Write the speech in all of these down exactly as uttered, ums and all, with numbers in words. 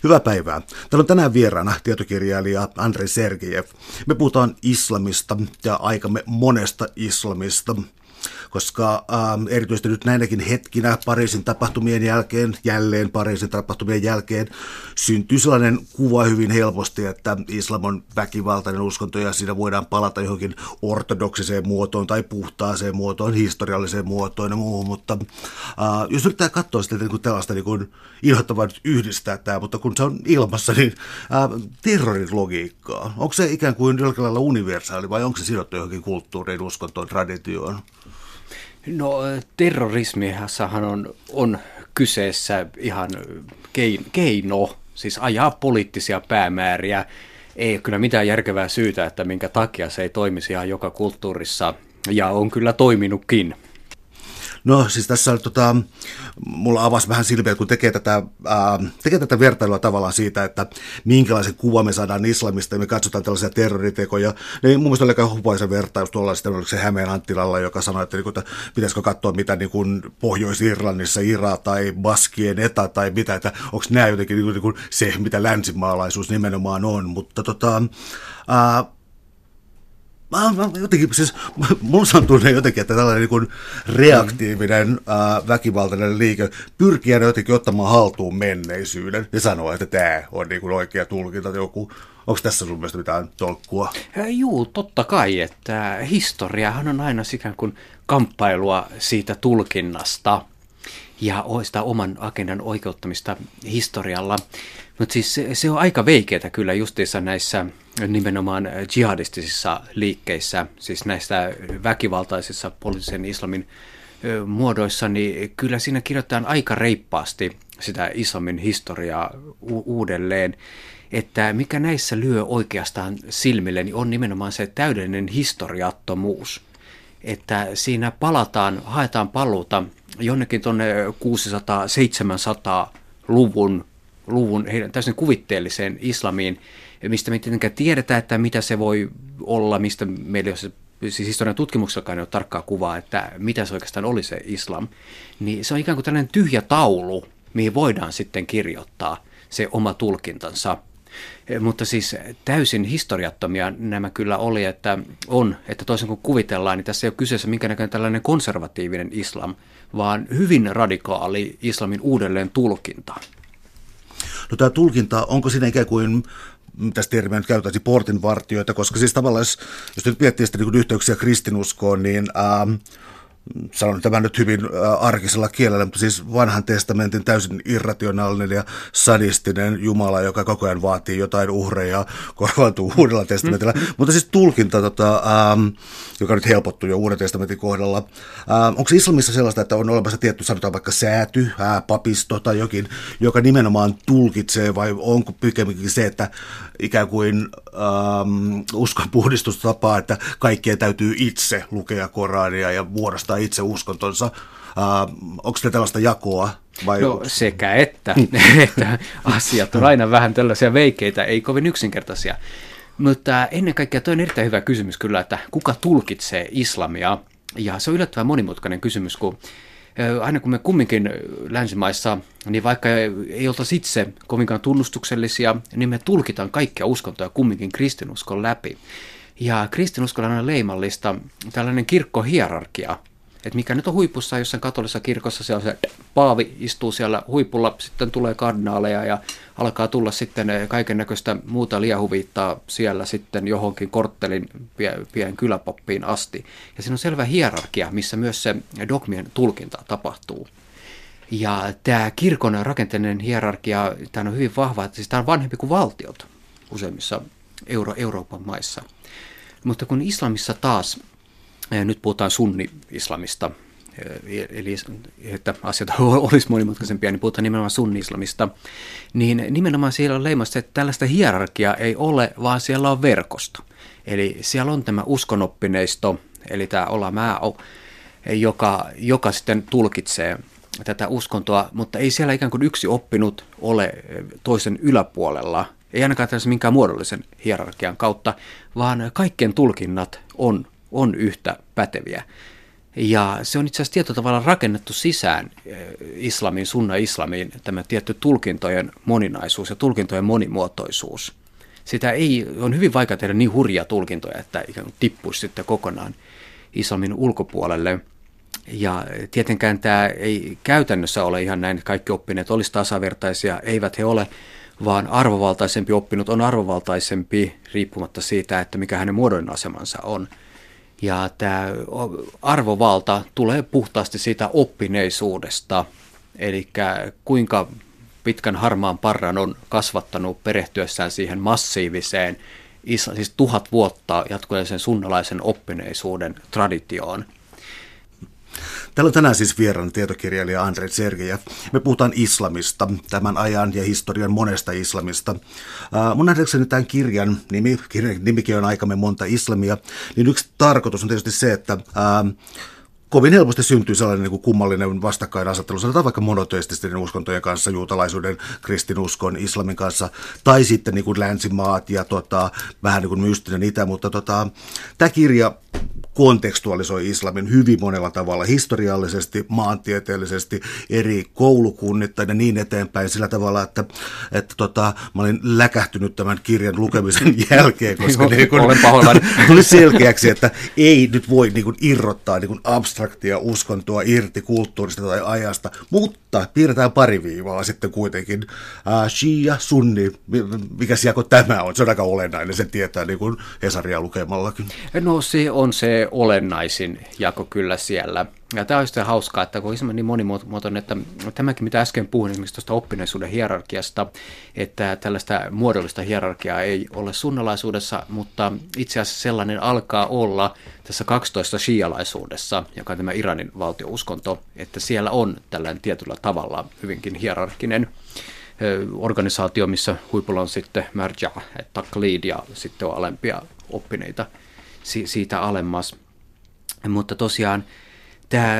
Hyvää päivää. Täällä on tänään vieraana tietokirjailija Andrei Sergejev. Me puhutaan islamista ja aikamme monesta islamista, koska ähm, erityisesti nyt näinäkin hetkinä Pariisin tapahtumien jälkeen, jälleen Pariisin tapahtumien jälkeen, syntyy sellainen kuva hyvin helposti, että islam on väkivaltainen uskonto ja siinä voidaan palata johonkin ortodoksiseen muotoon tai puhtaaseen muotoon, historialliseen muotoon ja muuhun, mutta äh, jos yrittää katsoa sitä niin kuin tällaista niin kuin inhottavaa nyt yhdistää tämä, mutta kun se on ilmassa, niin äh, terrorin logiikkaa, onko se ikään kuin jollakin lailla universaali vai onko se sidottu johonkin kulttuuriin, uskontoon, traditioon? No terrorismihan on, on kyseessä ihan keino, siis ajaa poliittisia päämääriä. Ei ole kyllä mitään järkevää syytä, että minkä takia se ei toimisi ihan joka kulttuurissa, ja on kyllä toiminutkin. No siis tässä tota, mulla avasi vähän silmiä, kun tekee tätä, ää, tekee tätä vertailua tavallaan siitä, että minkälaisen kuva me saadaan islamista ja me katsotaan tällaisia terroritekoja. Niin mun mielestä oli aika hupaisa vertaus tuolla sitten oliko se Hämeen Anttilalla, joka sanoi, että, niin kuin, että pitäisikö katsoa mitä niin kuin Pohjois-Irlannissa Ira tai Baskien Eta tai mitä, että onko nämä jotenkin niin kuin, niin kuin se, mitä länsimaalaisuus nimenomaan on, mutta tota... Ää, Mä, mä, jotenkin, siis, mulla on tunne jotenkin, että tällainen niin kuin reaktiivinen ää, väkivaltainen liike pyrkii aina jotenkin ottamaan haltuun menneisyyden ja sanoa, että tämä on niin kuin oikea tulkinta joku. Onko tässä sun mielestä mitään tolkkua? Juu, totta kai, että historiahan on aina ikään kuin kamppailua siitä tulkinnasta ja sitä oman agendan oikeuttamista historialla. Mutta siis se, se on aika veikeätä kyllä justiinsa näissä nimenomaan jihadistisissa liikkeissä, siis näissä väkivaltaisissa poliittisen islamin ö, muodoissa, niin kyllä siinä kirjoitetaan aika reippaasti sitä islamin historiaa u- uudelleen, että mikä näissä lyö oikeastaan silmille, niin on nimenomaan se täydellinen historiattomuus, että siinä palataan, haetaan paluuta jonnekin tuonne kuusisataa-seitsemänsataa-luvun luvun heidän täysin kuvitteelliseen islamiin, mistä me tietenkään tiedetään, että mitä se voi olla, mistä meillä ei ole, siis historian tutkimuksellakaan ei ole tarkkaa kuvaa, että mitä se oikeastaan oli se islam, niin se on ikään kuin tällainen tyhjä taulu, mihin voidaan sitten kirjoittaa se oma tulkintansa. Mutta siis täysin historiattomia nämä kyllä oli, että on, että toisin kuin kuvitellaan, niin tässä ei ole kyseessä minkään tällainen konservatiivinen islam, vaan hyvin radikaali islamin uudelleen tulkinta. No tämä tulkinta, onko siinä ikään kuin, tässä termiä nyt käytäisiin portinvartijoita, koska siis tavallaan, jos nyt miettii sitä niin yhteyksiä kristinuskoon, niin ähm, sanon tämän nyt hyvin äh, arkisella kielellä, mutta siis vanhan testamentin täysin irrationaalinen ja sadistinen Jumala, joka koko ajan vaatii jotain uhreja, korvaantuu uudella testamentilla. Mm. Mutta siis tulkinta, tota, ähm, joka nyt helpottuu jo uuden testamentin kohdalla. Ähm, onko islamissa sellaista, että on olemassa tietty, sanotaan vaikka sääty, ää, papisto tai jokin, joka nimenomaan tulkitsee, vai onko pikemminkin se, että ikään kuin ähm, uskonpuhdistustapaa, että kaikkien täytyy itse lukea Korania ja muodostaa itse uskontonsa. Äh, onko se tällaista jakoa? Vai no sekä että, että asiat on aina vähän tällaisia veikeitä, ei kovin yksinkertaisia. Mutta ennen kaikkea tuo on erittäin hyvä kysymys kyllä, että kuka tulkitsee islamia? Ja se on yllättävän monimutkainen kysymys, kun aina kun me kumminkin länsimaissa, niin vaikka ei oltaisi itse kovinkaan tunnustuksellisia, niin me tulkitaan kaikkia uskontoja kumminkin kristinuskon läpi. Ja kristinuskolla on aina leimallista tällainen kirkkohierarkia, että mikä nyt on huipussa jossain katolisessa kirkossa, se on se paavi istuu siellä huipulla, sitten tulee kardinaaleja ja alkaa tulla sitten kaiken näköistä muuta liehuviittaa siellä sitten johonkin korttelin pienen kyläpoppiin asti. Ja siinä on selvä hierarkia, missä myös se dogmien tulkinta tapahtuu. Ja tämä kirkon rakenteellinen hierarkia, tämä on hyvin vahva, että siis tämä on vanhempi kuin valtiot useimmissa Euro- Euroopan maissa. Mutta kun islamissa taas, nyt puhutaan sunni-islamista, eli että asiat olisi monimutkaisempia, niin puhutaan nimenomaan sunni-islamista, niin nimenomaan siellä on leimasta, että tällaista hierarkiaa ei ole, vaan siellä on verkosto. Eli siellä on tämä uskonoppineisto, eli tämä olamää, joka, joka sitten tulkitsee tätä uskontoa, mutta ei siellä ikään kuin yksi oppinut ole toisen yläpuolella, ei ainakaan tällaisen minkään muodollisen hierarkian kautta, vaan kaikkien tulkinnat on, on yhtä päteviä. Ja se on itse asiassa tietyllä tavalla rakennettu sisään islamiin, sunna-islamiin, tämä tietty tulkintojen moninaisuus ja tulkintojen monimuotoisuus. Sitä ei, on hyvin vaikea tehdä niin hurjia tulkintoja, että ikään kuin tippuisi sitten kokonaan islamin ulkopuolelle. Ja tietenkään tämä ei käytännössä ole ihan näin, että kaikki oppineet olisi tasavertaisia, eivät he ole, vaan arvovaltaisempi oppinut on arvovaltaisempi riippumatta siitä, että mikä hänen muodollinen asemansa on. Ja tämä arvovalta tulee puhtaasti siitä oppineisuudesta, eli kuinka pitkän harmaan parran on kasvattanut perehtyessään siihen massiiviseen, siis tuhat vuotta jatkuneeseen sunnalaisen oppineisuuden traditioon. Täällä on tänään siis vieraana tietokirjailija Andrei Sergejev. Me puhutaan islamista, tämän ajan ja historian monesta islamista. Uh, mun nähdäkseni tämän kirjan nimi, kirjan nimikin on Aikamme monta islamia, niin yksi tarkoitus on tietysti se, että uh, kovin helposti syntyy sellainen niin kuin kummallinen vastakkainasettelu, sanotaan vaikka monoteististen uskontojen kanssa, juutalaisuuden, kristinuskon, islamin kanssa, tai sitten niin kuin länsimaat ja tota, vähän niin kuin mystinen itä, mutta tota, tämä kirja kontekstualisoi islamin hyvin monella tavalla, historiallisesti, maantieteellisesti, eri koulukunnittain ja niin eteenpäin, sillä tavalla, että, että tota, mä olin läkähtynyt tämän kirjan lukemisen jälkeen, koska niin kun, tuli selkeäksi, että ei nyt voi niin kun, irrottaa niin kun, abstraktia uskontoa irti kulttuurista tai ajasta, mutta piirretään pari viivaa sitten kuitenkin. Äh, Shia, sunni, mikä jako tämä on, se on aika olennainen, sen tietää niin kuin Hesaria lukemallakin. No se on se olennaisin jako kyllä siellä. Ja tämä on sitten hauskaa, että kun islam niin monimuotoinen, että tämäkin mitä äsken puhuin esimerkiksi tuosta oppineisuuden hierarkiasta, että tällaista muodollista hierarkiaa ei ole sunnalaisuudessa, mutta itse asiassa sellainen alkaa olla tässä kaksitoista shialaisuudessa, joka on tämä Iranin valtiouskonto, että siellä on tällainen tietyllä tavalla hyvinkin hierarkinen organisaatio, missä huipulla on sitten marja, taklid ja sitten on alempia oppineita siitä alemmas. Mutta tosiaan tämä,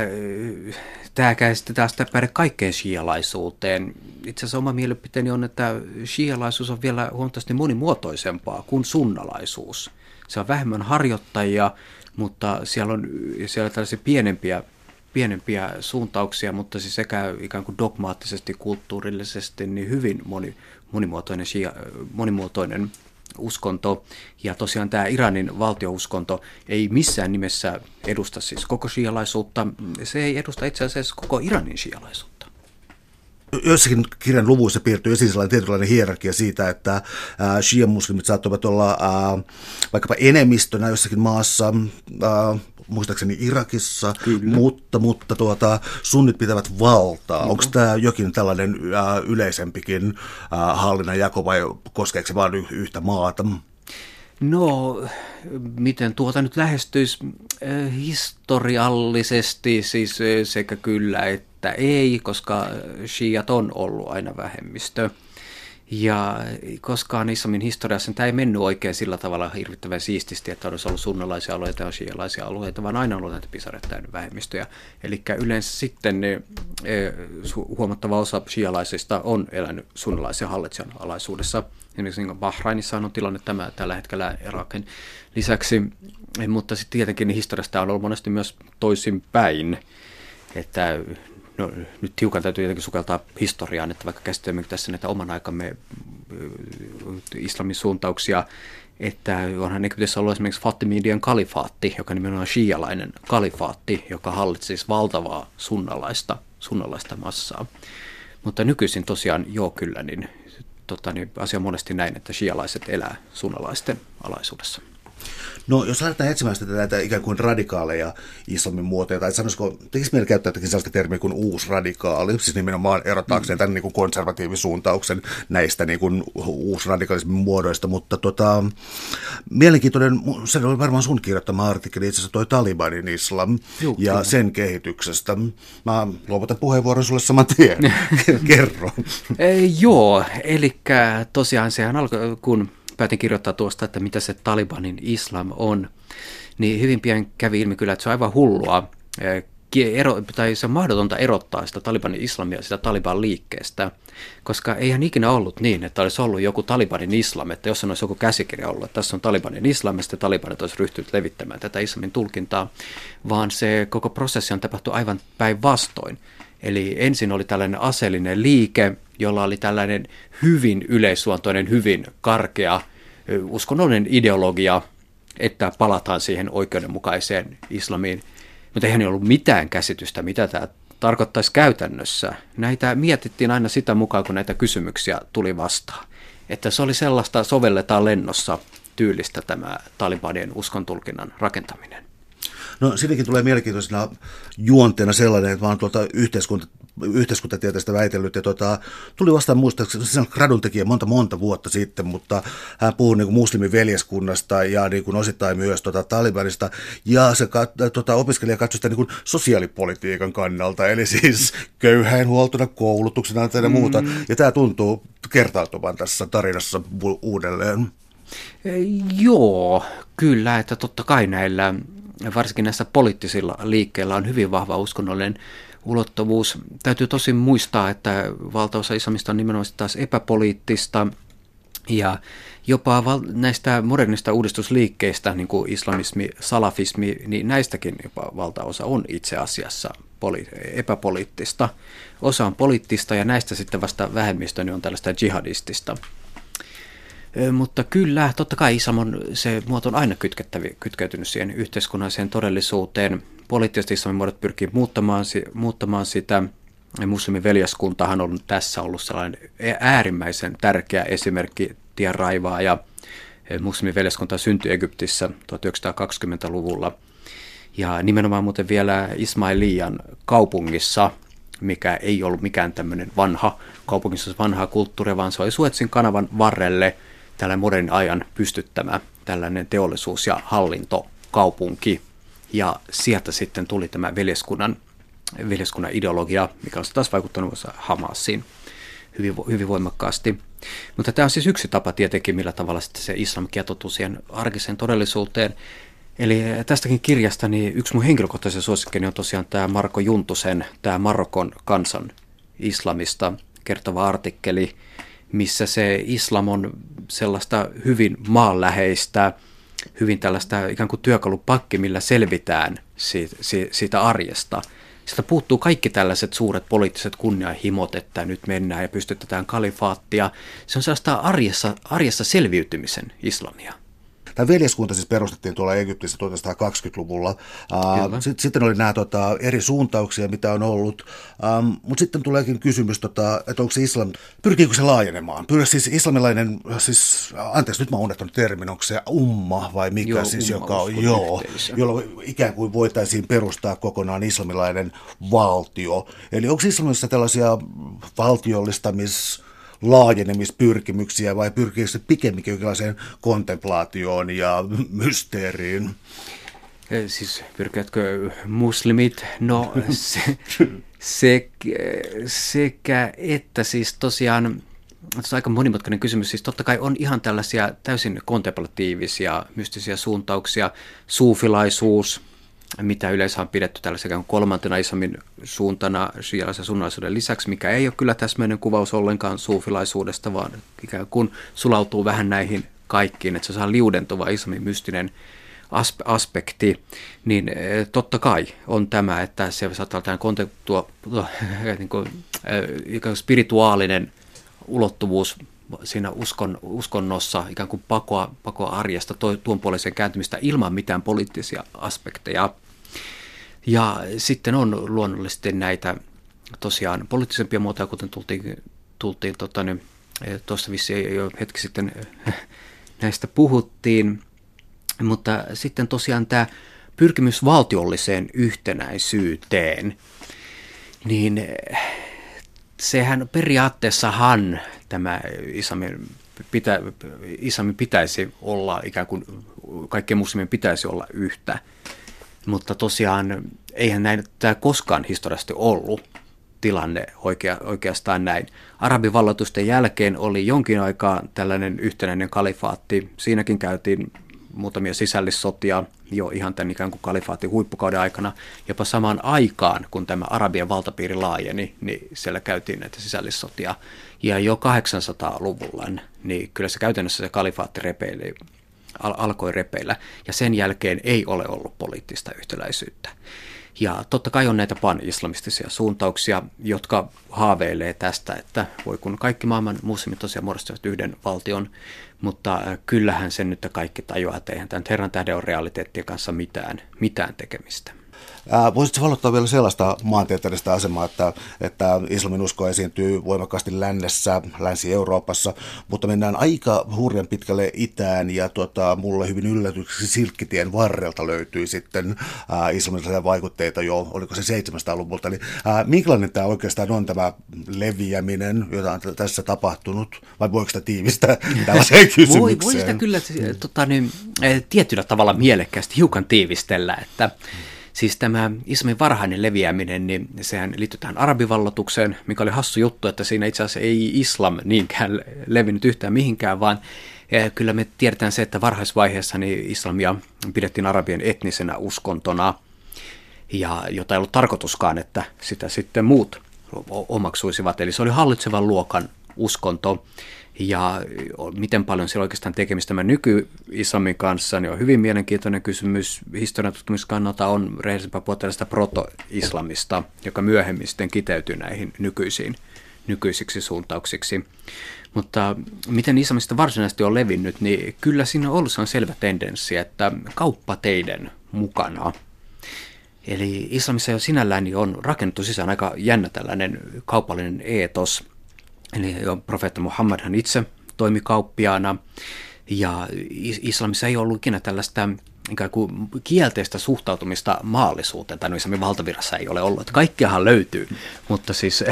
tämä käy sitten taas päde kaikkeen shialaisuuteen. Itse asiassa oma mielipiteeni on, että shialaisuus on vielä huomattavasti monimuotoisempaa kuin sunnalaisuus. Se on vähemmän harjoittajia, mutta siellä on, siellä on tällaisia pienempiä, pienempiä suuntauksia, mutta siis sekä ikään kuin dogmaattisesti, kulttuurillisesti niin hyvin moni, monimuotoinen, shia, monimuotoinen uskonto. Ja tosiaan tämä Iranin valtiouskonto ei missään nimessä edusta siis koko shialaisuutta. Se ei edusta itse asiassa koko Iranin shialaisuutta. Joissakin kirjan luvuissa piirtyy esiin sellainen tietynlainen hierarkia siitä, että äh, shia-muslimit saattavat olla äh, vaikkapa enemmistönä jossakin maassa, äh, muistaakseni Irakissa, mutta, mutta tuota, sunnit pitävät valtaa. No. Onko tämä jokin tällainen äh, yleisempikin äh, hallinnan jako vai koskeeko se vain y- yhtä maata? No, miten tuota nyt lähestyisi äh, historiallisesti, siis sekä kyllä että ei, koska shiat on ollut aina vähemmistö. Ja koskaan islamin historiassa tämä ei mennyt oikein sillä tavalla hirvittävän siististi, että olisi ollut sunnalaisia alueita ja shialaisia alueita, vaan aina on ollut näitä pisaret täynnä vähemmistöjä. Eli yleensä sitten ne, huomattava osa shialaisista on elänyt sunnalaisen hallitsijan alaisuudessa. Esimerkiksi Bahrainissa on tilanne tämä tällä hetkellä Irakin lisäksi, mutta sitten tietenkin historiasta on ollut monesti myös toisinpäin, että no, nyt hiukan täytyy jotenkin sukeltaa historiaan, että vaikka käsittelemme tässä näitä oman aikamme islamin suuntauksia, että onhan Egyptissä ollut esimerkiksi Fatimidien kalifaatti, joka nimenomaan shialainen kalifaatti, joka hallitsi siis valtavaa sunnalaista, sunnalaista massaa. Mutta nykyisin tosiaan joo kyllä, niin, tota, niin asia on monesti näin, että shialaiset elää sunnalaisten alaisuudessa. No jos lähdetään etsimään sitä näitä ikään kuin radikaaleja islamin muotoja, tai sanoisiko, tekisi meillä käyttää jotakin sellaista termiä kuin uusradikaali, siis nimenomaan erottaakseen mm. tämän niin kuin konservatiivisuuntauksen näistä niin kuin uusradikaalismin muodoista, mutta tota, mielenkiintoinen, se oli varmaan sun kirjoittama artikkeli, itse asiassa toi Talibanin islam Juh, ja kyllä. sen kehityksestä. Mä luovutan puheenvuoron sulle saman tien. Kerro. E, joo, eli tosiaan sehän alkoi, kun päätin kirjoittaa tuosta, että mitä se Talibanin islam on, niin hyvin pian kävi ilmi kyllä, että se on aivan hullua ero, tai se on mahdotonta erottaa sitä Talibanin islamia sitä Taliban liikkeestä, koska eihän ikinä ollut niin, että olisi ollut joku Talibanin islam, että jos olisi joku käsikirja ollut, että tässä on Talibanin islam, ja sitten Talibanit olisi ryhtynyt levittämään tätä islamin tulkintaa, vaan se koko prosessi on tapahtunut aivan päinvastoin. Eli ensin oli tällainen aseellinen liike, jolla oli tällainen hyvin yleisluontoinen, hyvin karkea uskonnollinen ideologia, että palataan siihen oikeudenmukaiseen islamiin. Mutta eihän ollut mitään käsitystä, mitä tämä tarkoittaisi käytännössä. Näitä mietittiin aina sitä mukaan, kun näitä kysymyksiä tuli vastaan. Että se oli sellaista sovelletaan lennossa tyylistä tämä Talibanien uskontulkinnan rakentaminen. No siinäkin tulee mielenkiintoisena juonteena sellainen, että mä oon tuolta yhteiskunta, yhteiskuntatieteestä väitellyt, ja tota, tuli vastaan muistaakseni, se on gradun tekijä monta monta vuotta sitten, mutta hän puhui niin kuin muslimiveljeskunnasta ja niin kuin osittain myös tota, Talibanista, ja se tota, opiskelija katsoi sitä niin kuin sosiaalipolitiikan kannalta, eli siis köyhäinhuoltona, koulutuksena ja muuta, mm. ja tämä tuntuu kertautuvan tässä tarinassa uudelleen. Joo, kyllä, että totta kai näillä, varsinkin näissä poliittisilla liikkeillä on hyvin vahva uskonnollinen ulottuvuus. Täytyy tosin muistaa, että valtaosa islamista on nimenomaan taas epäpoliittista, ja jopa val- näistä modernista uudistusliikkeistä, niin kuin islamismi, salafismi, niin näistäkin jopa valtaosa on itse asiassa poli- epäpoliittista. Osa on poliittista, ja näistä sitten vasta vähemmistö niin on tällaista jihadistista. Mutta kyllä, totta kai islam on, se muoto on aina kytkeytynyt siihen yhteiskunnalliseen todellisuuteen. Poliittiset islamin muodot pyrkii muuttamaan, muuttamaan sitä. Muslimin veljeskuntahan on tässä ollut sellainen äärimmäisen tärkeä esimerkki tienraivaa, ja muslimin veljeskunta syntyi Egyptissä tuhatyhdeksänsataakaksikymmentäluvulla. Ja nimenomaan muuten vielä Ismailian kaupungissa, mikä ei ollut mikään tämmöinen vanha kaupungissa vanhaa kulttuuria, vaan se oli Suezin kanavan varrelle tällainen modernin ajan pystyttämä tällainen teollisuus- ja hallintokaupunki. Ja sieltä sitten tuli tämä veljeskunnan, veljeskunnan ideologia, mikä on taas vaikuttanut Hamasiin hyvin, hyvin voimakkaasti. Mutta tämä on siis yksi tapa tietenkin, millä tavalla sitten se islam kietoutuu siihen arkiseen todellisuuteen. Eli tästäkin kirjasta niin yksi mun henkilökohtaisen suosikkini on tosiaan tämä Marko Juntusen, tämä Marokon kansan islamista kertova artikkeli, missä se islam on sellaista hyvin maanläheistä, hyvin tällaista ikään kuin työkalupakki, millä selvitään siitä, siitä arjesta. Sieltä puuttuu kaikki tällaiset suuret poliittiset kunnianhimot, että nyt mennään ja pystytetään kalifaattia. Se on sellaista arjessa, arjessa selviytymisen islamia. Tämä veljeskunta siis perustettiin tuolla Egyptissä tuhatyhdeksänsataakaksikymmentäluvulla. Sitten oli nämä tota, eri suuntauksia, mitä on ollut. Um, mutta sitten tuleekin kysymys, tota, että onko se islam, pyrkiikö se laajenemaan? Pyydä siis islamilainen, siis, anteeksi, nyt mä oon unohtanut termin, onko se umma vai mikä joo, siis, umma, joka on, joo, jolloin ikään kuin voitaisiin perustaa kokonaan islamilainen valtio. Eli onko islamissa tällaisia valtiollistamis laajenemispyrkimyksiä vai pyrkii se pikemminkin jonkinlaiseen kontemplaatioon ja mysteeriin? Siis pyrkivätkö muslimit? No se, se, sekä että siis tosiaan, se on aika monimutkainen kysymys, siis totta kai on ihan tällaisia täysin kontemplatiivisia, mystisiä suuntauksia, suufilaisuus, mitä yleensä on pidetty tällaisen kolmantena islamin suuntana shialaisen sunnilaisuuden lisäksi, mikä ei ole kyllä täsmäinen kuvaus ollenkaan suufilaisuudesta, vaan ikään kuin sulautuu vähän näihin kaikkiin, että se saa liudentuva islamin mystinen aspekti, niin totta kai on tämä, että se saattaa olla kontektua, niin kuin, ikään kuin spirituaalinen ulottuvuus siinä uskon, uskonnossa, ikään kuin pakoa, pakoa arjesta tuon puoleiseen kääntymistä ilman mitään poliittisia aspekteja. Ja sitten on luonnollisesti näitä tosiaan poliittisempia muotoja, kuten tultiin, tultiin tota, niin, tuossa vissiin jo hetki sitten näistä puhuttiin, mutta sitten tosiaan tämä pyrkimys valtiolliseen yhtenäisyyteen, niin sehän periaatteessahan tämä islamin, pitä, islamin pitäisi olla ikään kuin, kaikkien muslimien pitäisi olla yhtä, mutta tosiaan eihän näin tämä koskaan historiallisesti ollut tilanne oikea, oikeastaan näin. Arabivallatusten jälkeen oli jonkin aikaa tällainen yhtenäinen kalifaatti, siinäkin käytiin muutamia sisällissotia jo ihan tämän ikään kuin kalifaatin huippukauden aikana. Jopa samaan aikaan, kun tämä Arabian valtapiiri laajeni, niin siellä käytiin näitä sisällissotia. Ja jo kahdeksansataaluvulla, niin kyllä se käytännössä se kalifaatti repeili, al- alkoi repeillä. Ja sen jälkeen ei ole ollut poliittista yhtäläisyyttä. Ja totta kai on näitä pan-islamistisia suuntauksia, jotka haaveilee tästä, että voi kun kaikki maailman muslimit tosiaan muodostavat yhden valtion, mutta kyllähän sen nyt kaikki tajuaa, että eihän tämän Herran tähden ole realiteettien kanssa mitään, mitään tekemistä. Ää, voisitko valottaa vielä sellaista maantieteellistä asemaa, että, että islamin usko esiintyy voimakkaasti lännessä, Länsi-Euroopassa, mutta mennään aika hurjan pitkälle itään ja tuota, mulle hyvin yllätyksi Silkkitien varrelta löytyi sitten ää, islamilaisia vaikutteita jo, oliko se seitsemänsataaluvulta. Eli ää, minkälainen tämä oikeastaan on tämä leviäminen, jota on tässä tapahtunut, vai voiko sitä tiivistää tällaiseen kysymykseen? Voi, voi sitä kyllä tota, niin, tietyllä tavalla mielekkäästi hiukan tiivistellä, että siis tämä islamin varhainen leviäminen, niin sehän liittyy tähän arabivallotukseen, mikä oli hassu juttu, että siinä itse asiassa ei islam niinkään levinnyt yhtään mihinkään, vaan kyllä me tiedetään se, että varhaisvaiheessa niin islamia pidettiin arabien etnisenä uskontona, ja jota ei ollut tarkoituskaan, että sitä sitten muut omaksuisivat. Eli se oli hallitsevan luokan uskonto. Ja miten paljon siellä oikeastaan tekemistä tämän nyky-islamin kanssa, niin on hyvin mielenkiintoinen kysymys. Historian tutkimuskannalta on rehellisempää puhua tällaista proto-islamista, joka myöhemmin sitten kiteytyy näihin nykyisiin, nykyisiksi suuntauksiksi. Mutta miten islamista varsinaisesti on levinnyt, niin kyllä siinä on ollut selvä tendenssi, että kauppateiden mukana. Eli islamissa jo sinällään niin on rakennettu sisään aika jännä tällainen kaupallinen eetos. Eli profeetta Muhammadhan itse toimi kauppiaana, ja islamissa ei ollut ikinä tällaista ikään kuin kielteistä suhtautumista maallisuuteen, tai no islamin valtavirrassa ei ole ollut, että kaikkeahan löytyy, mutta siis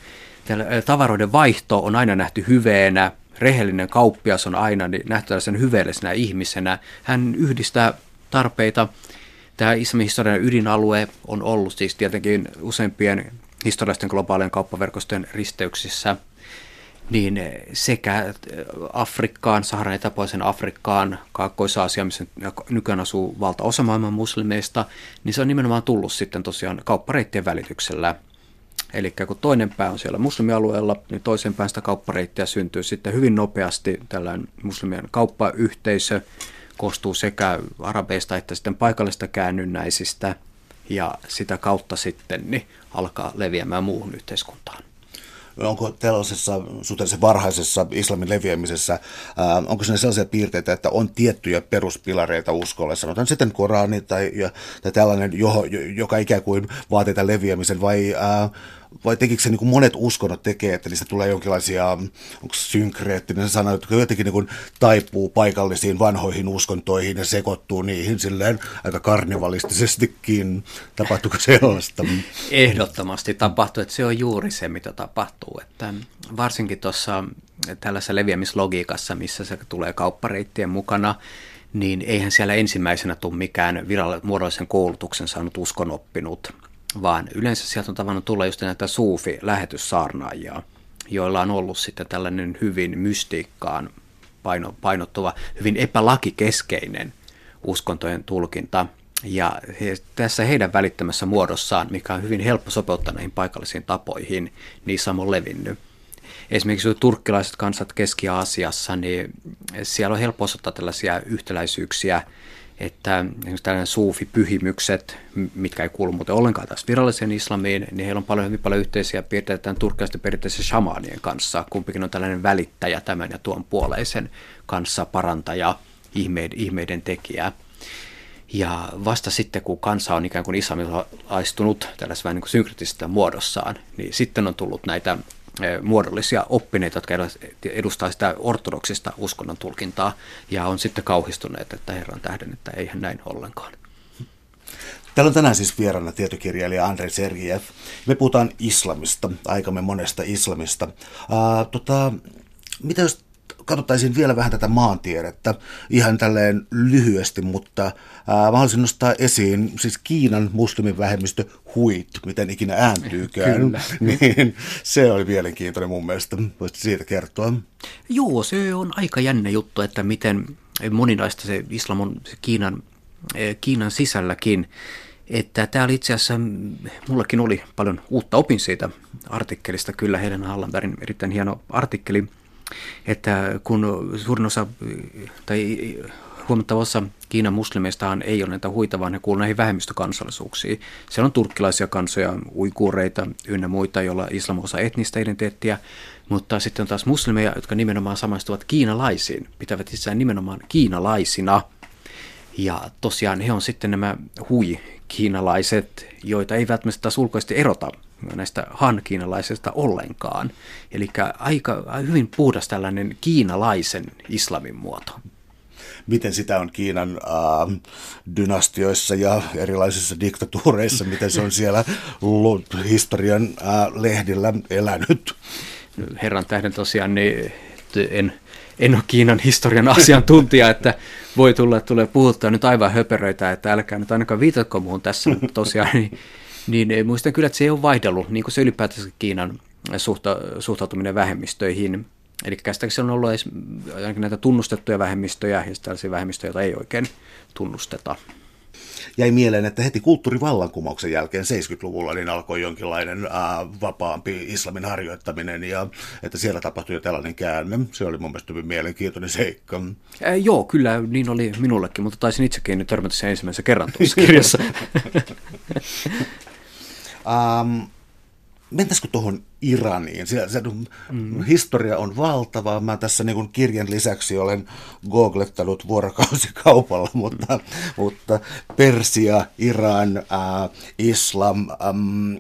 tavaroiden vaihto on aina nähty hyveenä, rehellinen kauppias on aina nähty tällaisen hyveellisenä ihmisenä, hän yhdistää tarpeita. Tämä islamin historian ydinalue on ollut siis tietenkin useimpien historiallisten globaalien kauppaverkostojen risteyksissä, niin sekä Afrikkaan, Saharan etäpuolisen Afrikkaan, Kaakkois-Aasiaan, missä nykyään asuu valtaosa maailman muslimeista, niin se on nimenomaan tullut sitten tosiaan kauppareittien välityksellä. Eli kun toinen pää on siellä muslimialueella, niin toisen pään sitä kauppareittiä syntyy sitten hyvin nopeasti. Tällainen muslimien kauppayhteisö koostuu sekä arabeista että sitten paikallista käännynnäisistä, ja sitä kautta sitten niin alkaa leviämään muuhun yhteiskuntaan. Onko tällaisessa suhteellisen varhaisessa islamin leviämisessä, ää, onko siinä sellaisia piirteitä, että on tiettyjä peruspilareita uskolle, sanotaan sitten Korani tai, ja, tai tällainen, johon, joka ikään kuin vaatii tämän leviämisen, vai, ää, vai tekikö se niin kuin monet uskonnot tekee, että niistä tulee jonkinlaisia, onko synkreettinen sana, jotka jotenkin niin kuin taipuu paikallisiin vanhoihin uskontoihin ja sekoittuu niihin silleen aika karnivalistisestikin. Tapahtuuko sellaista? Ehdottomasti tapahtuu, että se on juuri se, mitä tapahtuu. Että varsinkin tuossa tällaisessa leviämislogiikassa, missä se tulee kauppareittien mukana, niin eihän siellä ensimmäisenä tule mikään virallisen muodollisen koulutuksen saanut uskonoppinut, vaan yleensä sieltä on tavannut tulla just näitä suufi-lähetyssaarnaajia, joilla on ollut sitten tällainen hyvin mystiikkaan paino, painottuva, hyvin epälakikeskeinen uskontojen tulkinta. Ja he, tässä heidän välittämässä muodossaan, mikä on hyvin helppo sopeuttaa näihin paikallisiin tapoihin, niissä on levinnyt. Esimerkiksi turkkilaiset kansat Keski-Aasiassa, niin siellä on helppo osoittaa tällaisia yhtäläisyyksiä, että esimerkiksi tällainen suufi-pyhimykset, mitkä ei kuulu muuten ollenkaan taas viralliseen islamiin, niin heillä on paljon, hyvin paljon yhteisiä piirteitä tämän turkkilaisten perinteisen shamaanien kanssa. Kumpikin on tällainen välittäjä tämän ja tuon puoleisen kanssa, parantaja, ihmeiden, ihmeiden tekijä. Ja vasta sitten, kun kansa on ikään kuin islamilaistunut tällaisessa vähän niin kuin synkretisessä muodossaan, niin sitten on tullut näitä muodollisia oppineita, jotka edustaa sitä ortodoksista uskonnon tulkintaa, ja on sitten kauhistuneet, että Herran tähden, että eihän näin ollenkaan. Täällä on tänään siis vieraana tietokirjailija Andrei Sergejev. Me puhutaan islamista, aikamme monesta islamista. Ää, tota, mitä jos katsottaisiin vielä vähän tätä maantiedettä, ihan tälleen lyhyesti, mutta ää, mä haluaisin nostaa esiin siis Kiinan muslimivähemmistö Huit, miten ikinä ääntyykään. Niin, se oli mielenkiintoinen mun mielestä. Voisitko siitä kertoa? Joo, se on aika jännä juttu, että miten moninaista se islam on se Kiinan, Kiinan sisälläkin. Että tämä oli itse asiassa, mullakin oli paljon uutta opin siitä artikkelista, kyllä Helena Hallanbergin erittäin hieno artikkeli, että kun suurin osa tai huomattava osa Kiinan muslimeistaan ei ole näitä huita, vaan he kuuluvat näihin vähemmistökansallisuuksiin. Siellä on turkkilaisia kansoja, uiguureita ynnä muita, joilla islam on osa etnistä identiteettiä, mutta sitten on taas muslimeja, jotka nimenomaan samaistuvat kiinalaisiin, pitävät itseään nimenomaan kiinalaisina. Ja tosiaan he on sitten nämä hui-kiinalaiset, joita ei välttämättä taas ulkoisesti erota näistä han-kiinalaisista ollenkaan. Eli aika hyvin puhdas tällainen kiinalaisen islamin muoto. Miten sitä on Kiinan äh, dynastioissa ja erilaisissa diktatuureissa, miten se on siellä historian äh, lehdillä elänyt? Herran tähden tosiaan niin en, en ole Kiinan historian asiantuntija, että voi tulla, että tulee puhuttaa nyt aivan höperöitä, että älkää nyt ainakaan viitatko muuhun tässä, mutta tosiaan niin, niin muistan kyllä, että se ei ole vaihdellut, niin kuin se ylipäätänsä Kiinan suhta, suhtautuminen vähemmistöihin. Eli käsittääkseni on ollut edes näitä tunnustettuja vähemmistöjä ja tällaisia vähemmistöjä, joita ei oikein tunnusteta. Jäi mieleen, että heti kulttuurivallankumouksen jälkeen seitsemänkymmentäluvulla niin alkoi jonkinlainen ää, vapaampi islamin harjoittaminen ja että siellä tapahtui jo tällainen käänne. Se oli mun mielestä hyvin mielenkiintoinen seikka. Ää, joo, kyllä niin oli minullekin, mutta taisin itsekin nyt törmätä sen ensimmäisen kerran tuossa kirjassa. um, Mentäisikö tuohon Iraniin? Siellä, se, mm. Historia on valtava. Mä tässä niin kuin kirjan lisäksi olen googlettanut vuorokausikaupalla, mutta, mutta Persia, Iran, äh, islam. Ähm,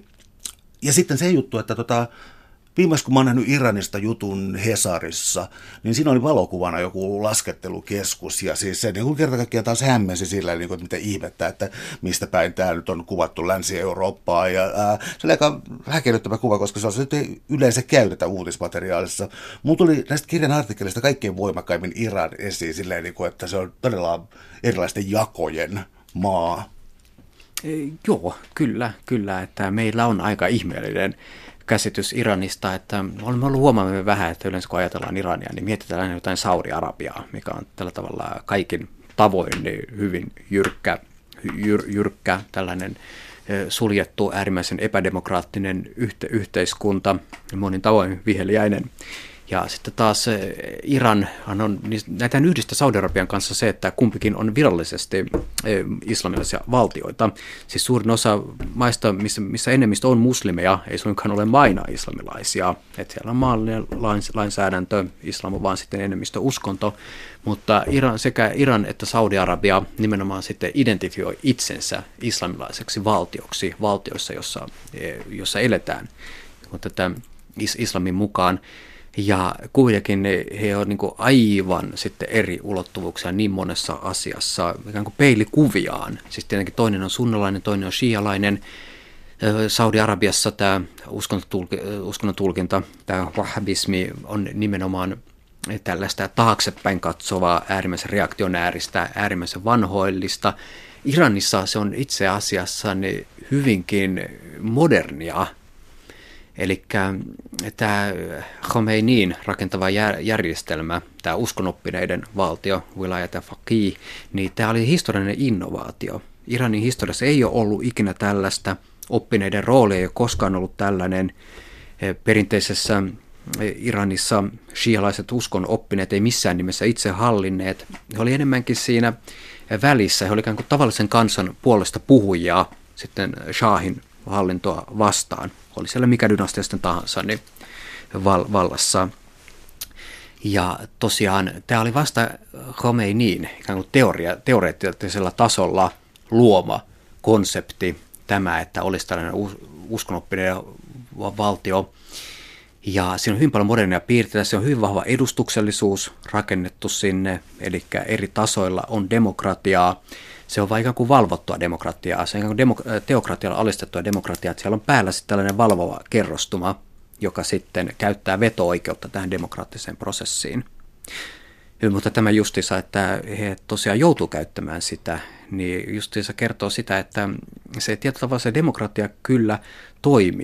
ja sitten se juttu, että tota, viimeis kun mä oon nähnyt Iranista jutun Hesarissa, niin siinä oli valokuvana joku laskettelukeskus, ja siis se niin kuin kerta kaikkiaan taas hämmensi sillä, niin kuin, että mitä ihmettä, että mistä päin tämä nyt on kuvattu Länsi-Eurooppaa, ja ää, se oli aika häkellyttävä kuva, koska se on se yleensä käytetä uutismateriaalissa. Mulla tuli näistä kirjan artikkelista kaikkein voimakkaimmin Iran esiin silleen, niin kuin, että se on todella erilaisten jakojen maa. E, joo, kyllä, kyllä, että meillä on aika ihmeellinen käsitys Iranista, että olemme ollut huomaamme vähän, että yleensä kun ajatellaan Irania, niin mietitään aina jotain Saudi-Arabiaa, mikä on tällä tavalla kaikin tavoin niin hyvin jyrkkä, jyr, jyrkkä, tällainen suljettu, äärimmäisen epädemokraattinen yhte, yhteiskunta, monin tavoin viheliäinen. Ja sitten taas Iran on, näitä yhdistä Saudi-Arabian kanssa se, että kumpikin on virallisesti islamilaisia valtioita. Siis suurin osa maista, missä, missä enemmistö on muslimeja, ei suinkaan ole maina islamilaisia. Että siellä on maallinen lainsäädäntö, islam on vaan sitten enemmistö uskonto, mutta Iran, sekä Iran että Saudi-Arabia nimenomaan sitten identifioi itsensä islamilaiseksi valtioksi, valtioissa, jossa, jossa eletään tätä islamin mukaan. Ja kuitenkin he ovat niin kuin aivan sitten eri ulottuvuuksia niin monessa asiassa, ikään kuin peilikuviaan. Siis tietenkin toinen on sunnalainen, toinen on shialainen. Saudi-Arabiassa tämä uskonnon tulkinta, tämä wahhabismi on nimenomaan tällaista taaksepäin katsovaa, äärimmäisen reaktionääristä, äärimmäisen vanhoillista. Iranissa se on itse asiassa hyvinkin modernia. Eli tämä Khomeinin rakentava järjestelmä, tämä uskonoppineiden valtio, wilayat ja faqih, niin tämä oli historiallinen innovaatio. Iranin historiassa ei ole ollut ikinä tällaista, oppineiden rooli ei ole koskaan ollut tällainen. Perinteisessä Iranissa shialaiset uskonoppineet ei missään nimessä itse hallinneet. He oli enemmänkin siinä välissä, he oli ikään kuin tavallisen kansan puolesta puhujia sitten shahin hallintoa vastaan. Oli siellä mikä dynastia sitten tahansa niin val- vallassa. Ja tosiaan tämä oli vasta Khomeinin ikään kuin teoria, teoreettisella tasolla luoma konsepti, tämä, että olisi tällainen uskonoppinen valtio. Ja siinä on hyvin paljon modernia piirteitä, se on hyvin vahva edustuksellisuus rakennettu sinne, eli eri tasoilla on demokratiaa. Se on vain ikään kuin valvottua demokratiaa, se on ikään kuin demok- teokratialla alistettua demokratiaa, että siellä on päällä sitten tällainen valvova kerrostuma, joka sitten käyttää veto-oikeutta tähän demokraattiseen prosessiin. Mutta tämä justiinsa, että he tosiaan joutuu käyttämään sitä, niin justiinsa kertoo sitä, että se tietyllä tavalla se demokratia kyllä toimii,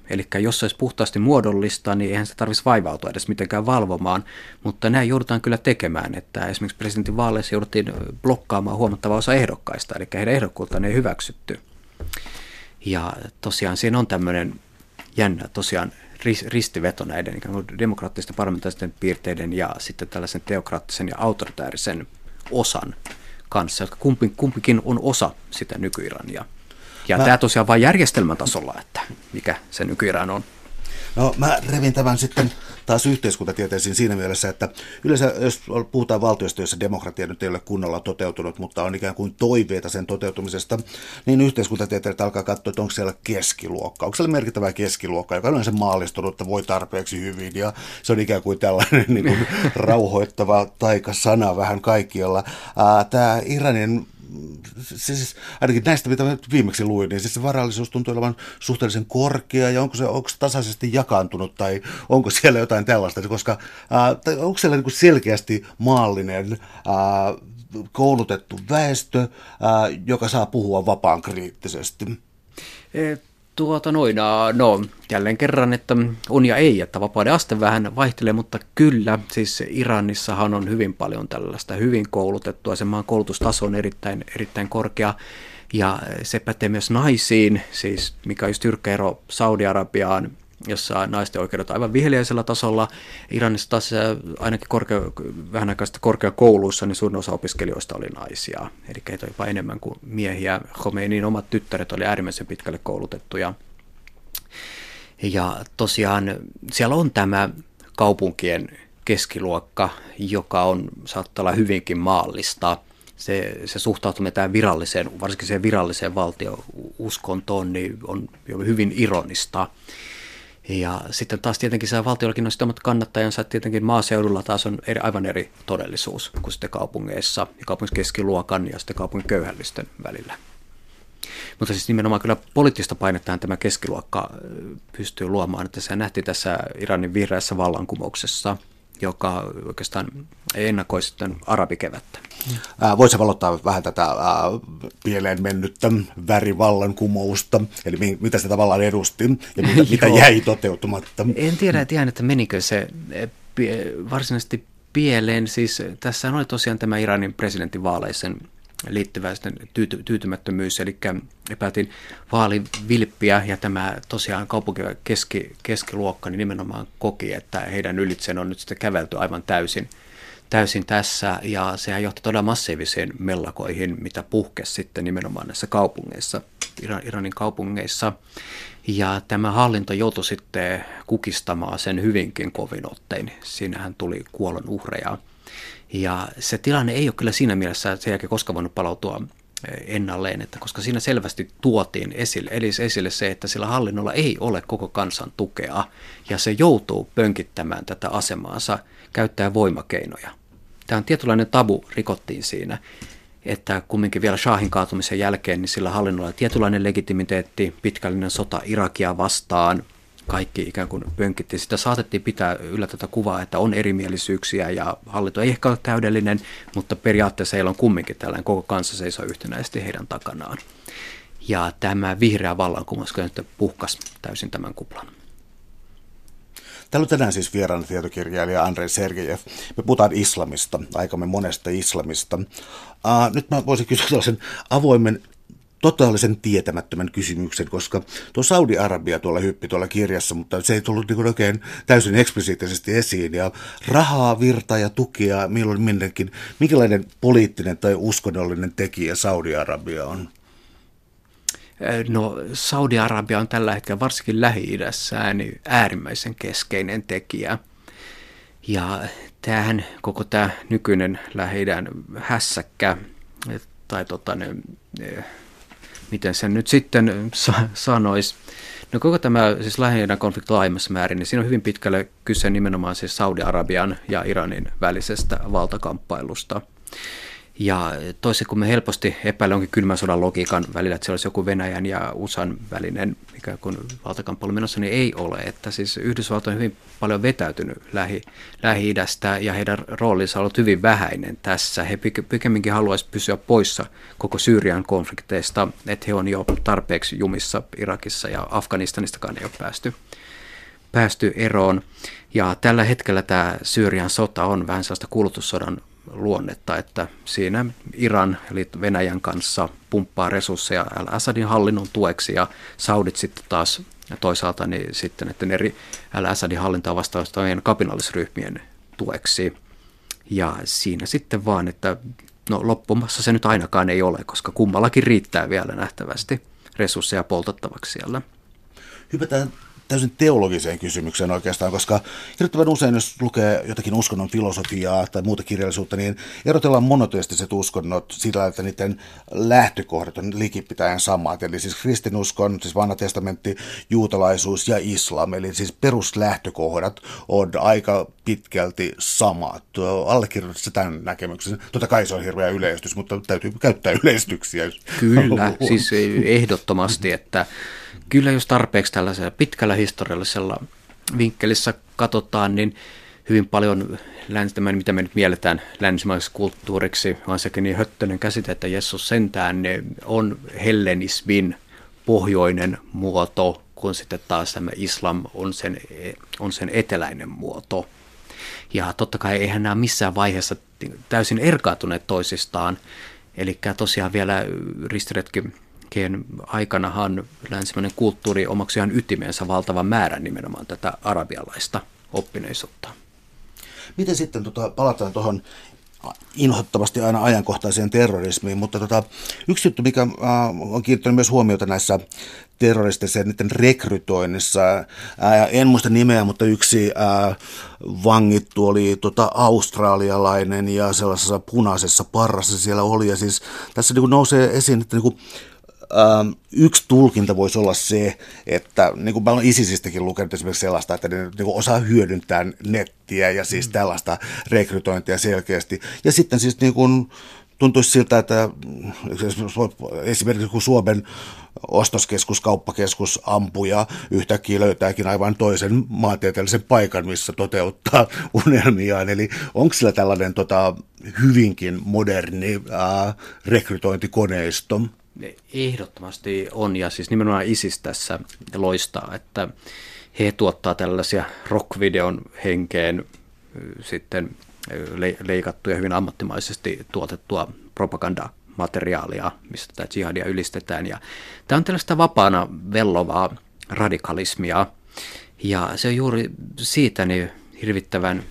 Eli jos se olisi puhtaasti muodollista, niin eihän se tarvitsisi vaivautua edes mitenkään valvomaan, mutta näin joudutaan kyllä tekemään, että esimerkiksi presidentin vaaleissa jouduttiin blokkaamaan huomattava osa ehdokkaista, eli heidän ehdokkuuttaan ei hyväksytty. Ja tosiaan siinä on tämmöinen jännä tosiaan ristiveto näiden ikään kuin demokraattisten parlamentaaristen piirteiden ja sitten tällaisen teokraattisen ja autoritäärisen osan kanssa, jotka kumpi, kumpikin on osa sitä nyky-Irania. Ja mä, tämä tosiaan vain järjestelmätasolla, että mikä se nyky-Iran on. No mä revin tämän sitten taas yhteiskuntatieteisiin siinä mielessä, että yleensä jos puhutaan valtiosta, jossa demokratia nyt ei ole kunnolla toteutunut, mutta on ikään kuin toiveita sen toteutumisesta, niin yhteiskuntatieteilijät alkaa katsoa, että onko siellä keskiluokka. Onko siellä merkittävää keskiluokkaa, joka on yleensä maallistunut, että voi tarpeeksi hyvin, ja se on ikään kuin tällainen niin kuin rauhoittava taikasana vähän kaikkialla. Tämä Iranin siis ainakin näistä, mitä mä viimeksi luin, niin siis se varallisuus tuntuu olevan suhteellisen korkea, ja onko se, onko se tasaisesti jakaantunut, tai onko siellä jotain tällaista, koska ää, tai onko siellä niin kuin selkeästi maallinen, ää, koulutettu väestö, ää, joka saa puhua vapaan kriittisesti? E- Tuota noin, no jälleen kerran, että on ja ei, että vapauden aste vähän vaihtelee, mutta kyllä, siis Iranissahan on hyvin paljon tällaista hyvin koulutettua, sen maan koulutustaso on erittäin, erittäin korkea ja se pätee myös naisiin, siis mikä on just jyrkkä ero Saudi-Arabiaan, jossa naisten oikeudet on aivan viheliäisellä tasolla. Iranissa taas ainakin korkea, vähän aikaa sitten korkeakouluissa, niin suurin osa opiskelijoista oli naisia. Eli heitä jopa enemmän kuin miehiä. Khomeinin omat tyttäret oli äärimmäisen pitkälle koulutettuja. Ja tosiaan siellä on tämä kaupunkien keskiluokka, joka on, saattaa olla hyvinkin maallista. Se, se suhtautuminen tähän viralliseen, varsinkin siihen viralliseen valtiouskontoon, niin on hyvin ironista. Ja sitten taas tietenkin se valtiollakin on sitä omat kannattajansa, että tietenkin maaseudulla taas on eri, aivan eri todellisuus kuin sitten kaupungeissa ja kaupungin keskiluokan ja sitten kaupungin köyhällisten välillä. Mutta siis nimenomaan kyllä poliittista painettaan tämä keskiluokka pystyy luomaan, että se nähtiin tässä Iranin vihreässä vallankumouksessa, joka oikeastaan ennakoi sitten arabikevättä. Voisi valottaa vähän tätä ää, pieleen mennyttä värivallankumousta, eli mitä se tavallaan edusti ja mitä, mitä jäi toteutumatta? En tiedä, tiedän, että menikö se varsinaisesti pieleen. Siis tässä oli tosiaan tämä Iranin presidentinvaaleisen liittyvä tyyty, tyytymättömyys, eli epäiltiin vaalivilppiä, ja tämä tosiaan kaupunkien keski, keskiluokka niin nimenomaan koki, että heidän ylitseen on nyt sitten kävelty aivan täysin, täysin tässä, ja sehän johti todella massiivisiin mellakoihin, mitä puhkesi sitten nimenomaan näissä kaupungeissa, Iranin kaupungeissa, ja tämä hallinto joutui sitten kukistamaan sen hyvinkin kovin ottein. Siinähän tuli kuolon uhreja. Ja se tilanne ei ole kyllä siinä mielessä sen jälkeen koskaan voinut palautua ennalleen, että koska siinä selvästi tuotiin esille, eli esille se, että sillä hallinnolla ei ole koko kansan tukea, ja se joutuu pönkittämään tätä asemaansa, käyttää voimakeinoja. Tämä on tietynlainen tabu, rikottiin siinä, että kumminkin vielä Shahin kaatumisen jälkeen, niin sillä hallinnolla oli tietynlainen legitimiteetti, pitkällinen sota Irakia vastaan, kaikki ikään kuin pönkitti. Sitä saatettiin pitää yllä tätä kuvaa, että on erimielisyyksiä ja hallinto ei ehkä ole täydellinen, mutta periaatteessa heillä on kumminkin tällainen, koko kansa seisoo yhtenäisesti heidän takanaan. Ja tämä vihreä vallankumous nyt puhkasi täysin tämän kuplan. Täällä on tänään siis vieraana tietokirjailija Andrei Sergejev. Me puhutaan islamista, aikamme monesta islamista. Uh, nyt mä voisin kysyä tällaisen avoimen, totaalisen tietämättömän kysymyksen, koska tuo Saudi-Arabia tuolla hyppi tuolla kirjassa, mutta se ei tullut niin oikein täysin eksplisiittisesti esiin. Ja rahaa, virtaa ja tukea, milloin minnekin. Minkälainen poliittinen tai uskonnollinen tekijä Saudi-Arabia on? No, Saudi-Arabia on tällä hetkellä varsinkin Lähi-idässä niin äärimmäisen keskeinen tekijä. Ja tämähän koko tämä nykyinen Lähi-idän hässäkkä, tai tota, ne, miten sen nyt sitten sa- sanoisi, no koko tämä siis Lähi-idän konflikti laajemmassa määrin, niin siinä on hyvin pitkälle kyse nimenomaan siis Saudi-Arabian ja Iranin välisestä valtakamppailusta. Ja toisin kuin me helposti epäillä onkin kylmän sodan logiikan välillä, että se olisi joku Venäjän ja U S A:n välinen ikään kuin valtakamppailu menossa, niin ei ole. Että siis Yhdysvallat on hyvin paljon vetäytynyt Lähi, Lähi-idästä ja heidän roolinsa on ollut hyvin vähäinen tässä. He pikemminkin haluaisivat pysyä poissa koko Syyrian konflikteista, että he on jo tarpeeksi jumissa Irakissa ja Afganistanistakaan ei ole päästy, päästy eroon. Ja tällä hetkellä tämä Syyrian sota on vähän sellaista kulutussodan luonnetta, että siinä Iran eli Venäjän kanssa pumppaa resursseja al-Assadin hallinnon tueksi ja saudit sitten taas toisaalta niin sitten, että eri al-Assadin hallintaa vastaavan kapinallisryhmien tueksi. Ja siinä sitten vaan, että no loppumassa se nyt ainakaan ei ole, koska kummallakin riittää vielä nähtävästi resursseja poltettavaksi siellä. Hypätään täysin teologiseen kysymykseen oikeastaan, koska hirvittävän usein, jos lukee jotakin uskonnon filosofiaa tai muuta kirjallisuutta, niin erotellaan monoteistiset uskonnot sillä, että niiden lähtökohdat on likipitäen samat. Eli siis kristinuskon, siis vanha testamentti, juutalaisuus ja islam, eli siis peruslähtökohdat on aika pitkälti samat. Allekirjoitatko tämän näkemyksen? Totta kai se on hirveä yleistys, mutta täytyy käyttää yleistyksiä. Kyllä, siis ehdottomasti, että kyllä jos tarpeeksi tällaisella pitkällä historiallisella vinkkelissä katsotaan, niin hyvin paljon länsimäinen, mitä me nyt mielletään länsimaiseksi kulttuuriksi, on sekin niin höttöinen käsite, että Jeesus sentään on hellenismin pohjoinen muoto, kun sitten taas tämä islam on sen, on sen eteläinen muoto. Ja totta kai eihän nämä missään vaiheessa täysin erkaantuneet toisistaan, eli tosiaan vielä ristiretki aikanahan länsimainen kulttuuri omaksi ihan ytimensä valtavan määrän nimenomaan tätä arabialaista oppineisuutta. Miten sitten, tota, palataan tuohon inhottavasti aina ajankohtaiseen terrorismiin, mutta tota, yksi juttu, mikä äh, on kiinnittänyt myös huomiota näissä terroristeissa ja niiden rekrytoinnissa, äh, en muista nimeä, mutta yksi äh, vangittu oli tota, australialainen ja sellaisessa punaisessa parrassa siellä oli, ja siis tässä niin kuin nousee esiin, että niin kuin Ähm, yksi tulkinta voisi olla se, että niin kuin mä olen ISISistäkin lukenut esimerkiksi sellaista, että ne niin kuin osaa hyödyntää nettiä ja siis tällaista rekrytointia selkeästi. Ja sitten siis niin kuin tuntuisi siltä, että esimerkiksi kun Suomen ostoskeskus, kauppakeskus ampuu ja yhtäkkiä löytääkin aivan toisen maantieteellisen paikan, missä toteuttaa unelmiaan. Eli onko sillä tällainen tota, hyvinkin moderni äh, rekrytointikoneisto? Ehdottomasti on, ja siis nimenomaan ISIS tässä loistaa, että he tuottaa tällaisia rock-videon henkeen sitten leikattuja, hyvin ammattimaisesti tuotettua propagandamateriaalia, mistä tätä jihadia ylistetään. Ja tämä on tällaista vapaana vellovaa radikalismia, ja se on juuri siitä niin hirvittävän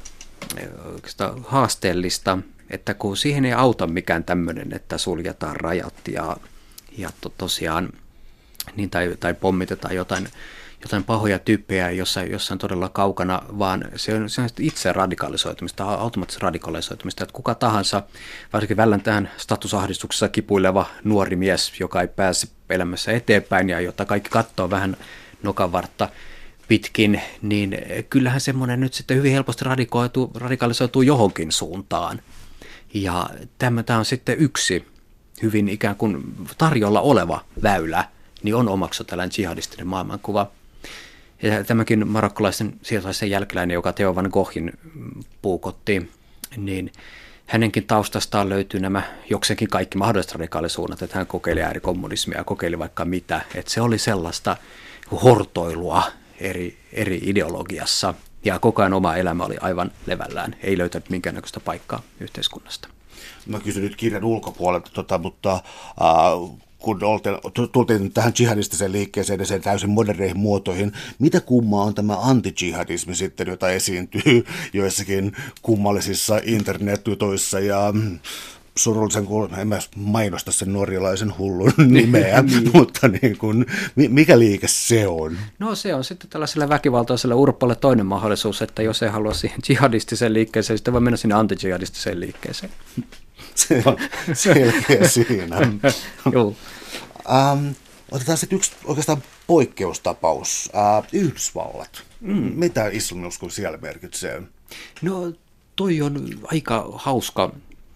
haasteellista, että kun siihen ei auta mikään tämmöinen, että suljetaan rajat ja Ja to, tosiaan, niin tai, tai pommitetaan jotain, jotain pahoja tyyppejä jossain, jossain todella kaukana, vaan se on, se on itse radikalisoitumista, automaattista radikalisoitumista, että kuka tahansa, varsinkin vällän tähän statusahdistuksessa kipuileva nuori mies, joka ei pääse elämässä eteenpäin ja jota kaikki katsoo vähän nokanvartta pitkin, niin kyllähän semmoinen nyt sitten hyvin helposti radikalisoituu, radikalisoituu johonkin suuntaan. Ja tämä, tämä on sitten yksi hyvin ikään kuin tarjolla oleva väylä, niin on omaksu tällainen jihadistinen maailmankuva. Ja tämäkin marokkolaisen siirtolaisen jälkeläinen, joka Theo van Goghin puukotti, niin hänenkin taustastaan löytyy nämä jokseenkin kaikki mahdolliset radikaalisuunnat, että hän kokeili äärikommunismia ja kokeili vaikka mitä. Että se oli sellaista hortoilua eri, eri ideologiassa ja koko ajan oma elämä oli aivan levällään, ei löytänyt minkäännäköistä paikkaa yhteiskunnasta. Mä kysyn nyt kirjan ulkopuolelta, tota, mutta äh, kun oltiin, tultiin tähän jihadistiseen liikkeeseen ja sen täysin moderneihin muotoihin, mitä kummaa on tämä anti-jihadismi sitten, jota esiintyy joissakin kummallisissa internetjutuissa ja surullisen kuulun, en mä mainosta sen norjalaisen hullun nimeä, mutta niin kuin, mikä liike se on? No se on sitten tällaiselle väkivaltaiselle urpolle toinen mahdollisuus, että jos ei halua siihen jihadistiseen liikkeeseen, sitten voi mennä sinne anti-jihadistiseen liikkeeseen. Se on selkeä siinä. Joo. Um, otetaan sitten yksi oikeastaan poikkeustapaus. Uh, Yhdysvallat. Mm. Mitä islaminusko siellä merkitsee? No toi on aika hauska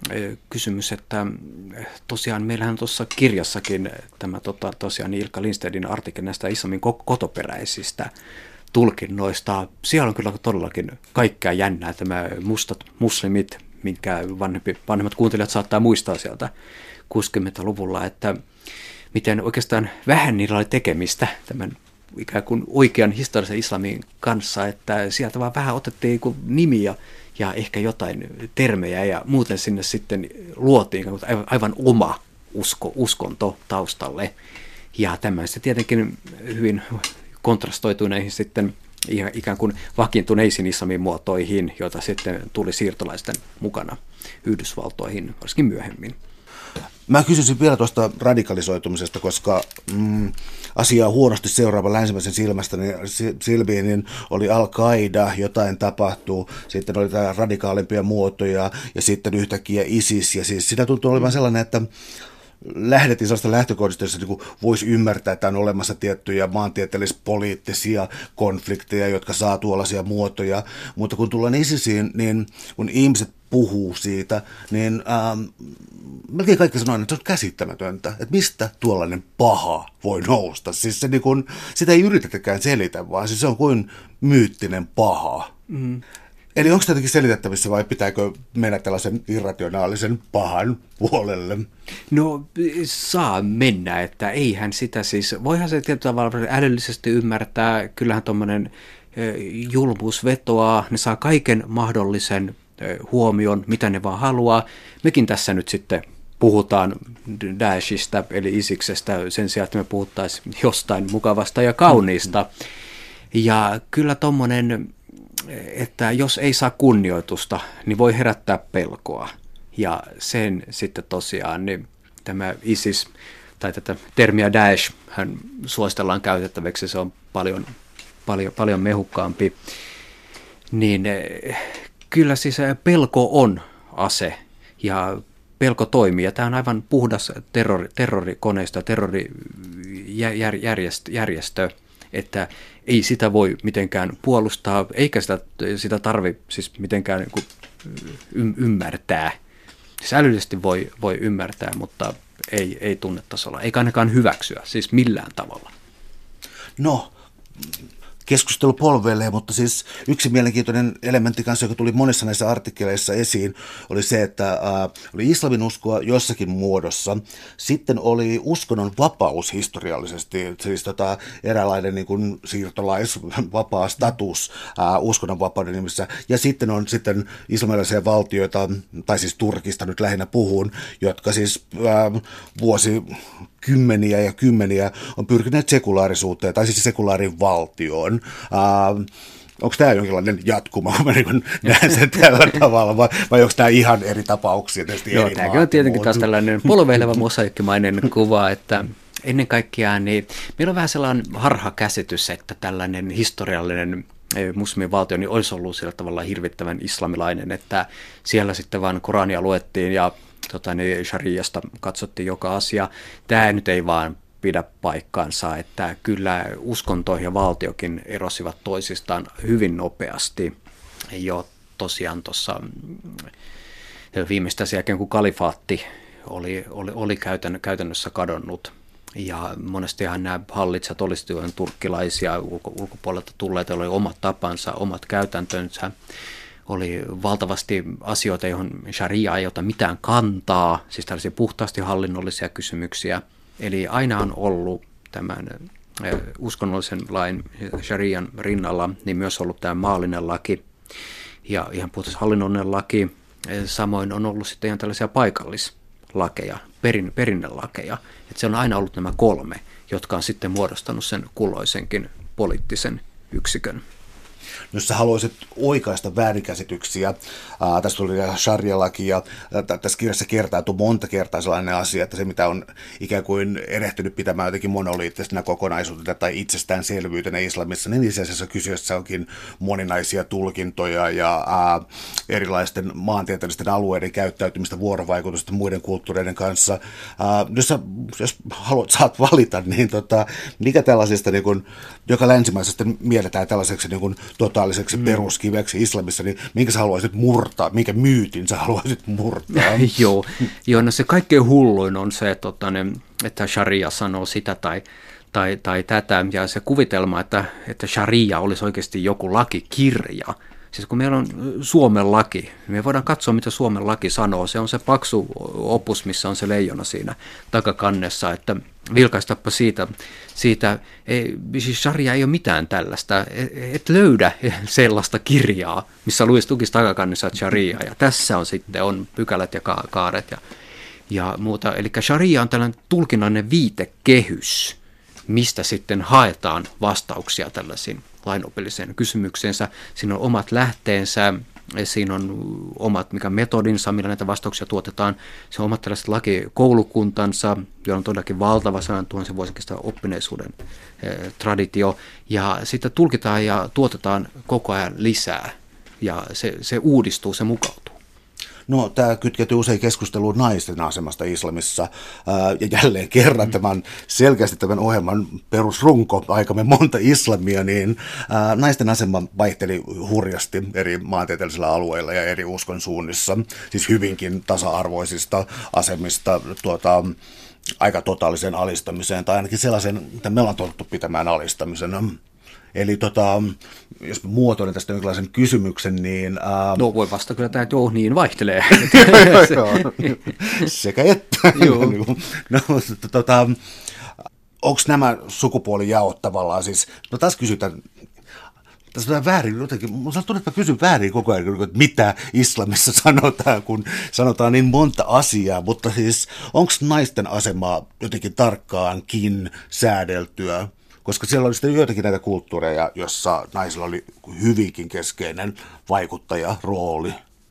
kysymys, että tosiaan meillähän tuossa kirjassakin tämä tota, tosiaan Ilkka Lindstedin artikkeli näistä islamin kotoperäisistä tulkinnoista. Siellä on kyllä todellakin kaikkea jännää, tämä mustat muslimit, minkä vanhempi, vanhemmat kuuntelijat saattaa muistaa sieltä kuusikymmentäluvulla, että miten oikeastaan vähän niillä oli tekemistä tämän ikään kuin oikean historiallisen islamin kanssa, että sieltä vaan vähän otettiin nimiä ja ehkä jotain termejä ja muuten sinne sitten luotiin aivan oma usko, uskonto taustalle. Ja tämmöistä tietenkin hyvin kontrastoitui näihin sitten ikään kuin vakiintuneisiin islamin muotoihin, joita sitten tuli siirtolaisten mukana Yhdysvaltoihin, varsinkin myöhemmin. Mä kysyisin vielä tuosta radikalisoitumisesta, koska mm, asiaa huonosti seuraava länsimäisen silmästä, niin silmiin niin oli Al-Qaida, jotain tapahtuu, sitten oli täällä radikaalimpia muotoja ja sitten yhtäkkiä ISIS. Ja siis sitä tuntuu olevan sellainen, että lähdettiin sellaista lähtökohdista, jossa niin voisi ymmärtää, että on olemassa tiettyjä maantieteellis-poliittisia konflikteja, jotka saa tuollaisia muotoja, mutta kun tullaan ISISiin, niin kun ihmiset puhuu siitä, niin ähm, melkein kaikki sanoo, että se on käsittämätöntä, että mistä tuollainen paha voi nousta. Siis se, niin kun, sitä ei yritetäkään selitä, vaan siis se on kuin myyttinen paha. Mm. Eli onko tämä jotenkin selitettävissä vai pitääkö mennä tällaisen irrationaalisen pahan puolelle? No saa mennä, että eihän sitä siis, voihan se tietyllä tavalla älyllisesti ymmärtää, kyllähän tuommoinen julmuus vetoaa, ne saa kaiken mahdollisen huomion, mitä ne vaan haluaa. Mekin tässä nyt sitten puhutaan Daeshista eli Isiksestä sen sijaan, että me puhuttaisiin jostain mukavasta ja kauniista. Ja kyllä tuommoinen, että jos ei saa kunnioitusta, niin voi herättää pelkoa. Ja sen sitten tosiaan niin tämä ISIS tai tätä termiä Daesh hän suositellaan käytettäväksi, se on paljon, paljon, paljon mehukkaampi. Niin kyllä siis pelko on ase ja pelko toimii. Ja tämä on aivan puhdas terrori, terrorikoneisto ja terrorijärjestö, että ei sitä voi mitenkään puolustaa, eikä sitä, sitä tarvitse siis mitenkään niin kuin ymmärtää. Siis älyllisesti voi, voi ymmärtää, mutta ei, ei tunnetasolla, eikä ainakaan hyväksyä, siis millään tavalla. No, keskustelu polveilee, mutta siis yksi mielenkiintoinen elementti kanssa, joka tuli monissa näissä artikkeleissa esiin, oli se, että äh, oli islamin uskoa jossakin muodossa. Sitten oli uskonnon vapaus historiallisesti, siis tota, eräänlainen niin kuin siirtolaisvapaa status äh, uskonnon vapauden nimissä. Ja sitten on sitten islamilaisia valtioita, tai siis Turkista nyt lähinnä puhun, jotka siis äh, vuosi... kymmeniä ja kymmeniä on pyrkineet sekulaarisuuteen, tai siis sekulaarin valtioon. Uh, onko tämä jonkinlainen jatkuma, mä niin näen sen tällä tavalla, vai, vai onko tämä ihan eri tapauksia? Joo, tämäkin on tietenkin taas tällainen polveileva mosaikkimainen kuva, että ennen kaikkea niin meillä on vähän sellainen harhakäsitys, että tällainen historiallinen muslimin valtio niin olisi ollut sillä tavalla hirvittävän islamilainen, että siellä sitten vaan Korania luettiin ja Tota, niin shariasta katsottiin joka asia. Tämä nyt ei vaan pidä paikkaansa, että kyllä uskonto ja valtiokin erosivat toisistaan hyvin nopeasti jo tosiaan tuossa viimeistä sen jälkeen, kun kalifaatti oli, oli, oli käytännössä kadonnut. Ja monestihan nämä hallitsijat olisivat turkkilaisia ulko, ulkopuolelta tulleita, oli omat tapansa, omat käytäntönsä. Oli valtavasti asioita, johon sharia ei ota mitään kantaa, siis tällaisia puhtaasti hallinnollisia kysymyksiä. Eli aina on ollut tämän uskonnollisen lain sharian rinnalla, niin myös ollut tämä maallinen laki ja ihan puhtaasti hallinnollinen laki. Samoin on ollut sitten ihan tällaisia paikallislakeja, perin, perinnelakeja. Että se on aina ollut nämä kolme, jotka on sitten muodostanut sen kulloisenkin poliittisen yksikön. Jos sä haluaisit oikaista väärinkäsityksiä, ää, tässä tuli sharia-laki ja ää, tässä kirjassa kertautuu monta kertaa sellainen asia, että se mitä on ikään kuin erehtynyt pitämään jotenkin monoliittisena kokonaisuutena tai itsestäänselvyytenä islamissa, niin itse asiassa kyseessä onkin moninaisia tulkintoja ja ää, erilaisten maantieteellisten alueiden käyttäytymistä, vuorovaikutusta muiden kulttuureiden kanssa. Ää, jos sä jos haluat, saat valita, niin tota, mikä tällaisista, niin kun, joka länsimaisesta mielletään tällaiseksi niin kun totaaliseksi mm. peruskiveksi islamissa, niin minkä sä haluaisit murtaa, minkä myytin sä haluaisit murtaa? Joo, Joo, no se kaikkein hulluin on se, että, että sharia sanoo sitä tai, tai, tai tätä, ja se kuvitelma, että, että sharia olisi oikeasti joku lakikirja. Siis kun meillä on Suomen laki, me voidaan katsoa, mitä Suomen laki sanoo. Se on se paksu opus, missä on se leijona siinä takakannessa, että vilkaistapa siitä, siitä ei, siis sharia ei ole mitään tällaista, et löydä sellaista kirjaa, missä luisi tukisi takakannessa sharia, ja tässä on sitten on pykälät ja kaaret ja, ja muuta. Eli sharia on tällainen tulkinnallinen viitekehys, mistä sitten haetaan vastauksia tällaisiin lainopilliseen kysymykseensä. Siinä on omat lähteensä, siinä on omat mikä metodinsa, millä näitä vastauksia tuotetaan. Se on omat tällaiset lakikoulukuntansa, joilla on todellakin valtava sadan tuhansen vuosien kestävä oppineisuuden eh, traditio. Ja sitten tulkitaan ja tuotetaan koko ajan lisää. Ja se, se uudistuu, se mukautuu. No, tämä kytkeytyy usein keskusteluun naisten asemasta islamissa, ää, ja jälleen kerran tämän selkeästi tämän ohjelman perusrunko, aikamme monta islamia, niin ää, naisten asema vaihteli hurjasti eri maantieteellisillä alueilla ja eri uskonsuunnissa, siis hyvinkin tasa-arvoisista asemista tuota, aika totaaliseen alistamiseen, tai ainakin sellaisen, mitä me ollaan totuttu pitämään alistamisena. Eli tota, jos muotoilen tästä jonkinlaisen kysymyksen, niin... Ää... No voi vasta kyllä tämä, joo, niin vaihtelee. Sekä että. no, tota, onko nämä sukupuolijaot tavallaan siis... No taas kysytään... Tässä on väärin jotenkin, mun sanottu, että mä kysyn väärin koko ajan, että mitä islamissa sanotaan, kun sanotaan niin monta asiaa, mutta siis onko naisten asemaa jotenkin tarkkaankin säädeltyä? Koska siellä oli sitten joitakin näitä kulttuureja, jossa naisilla oli hyvinkin keskeinen vaikuttajarooli.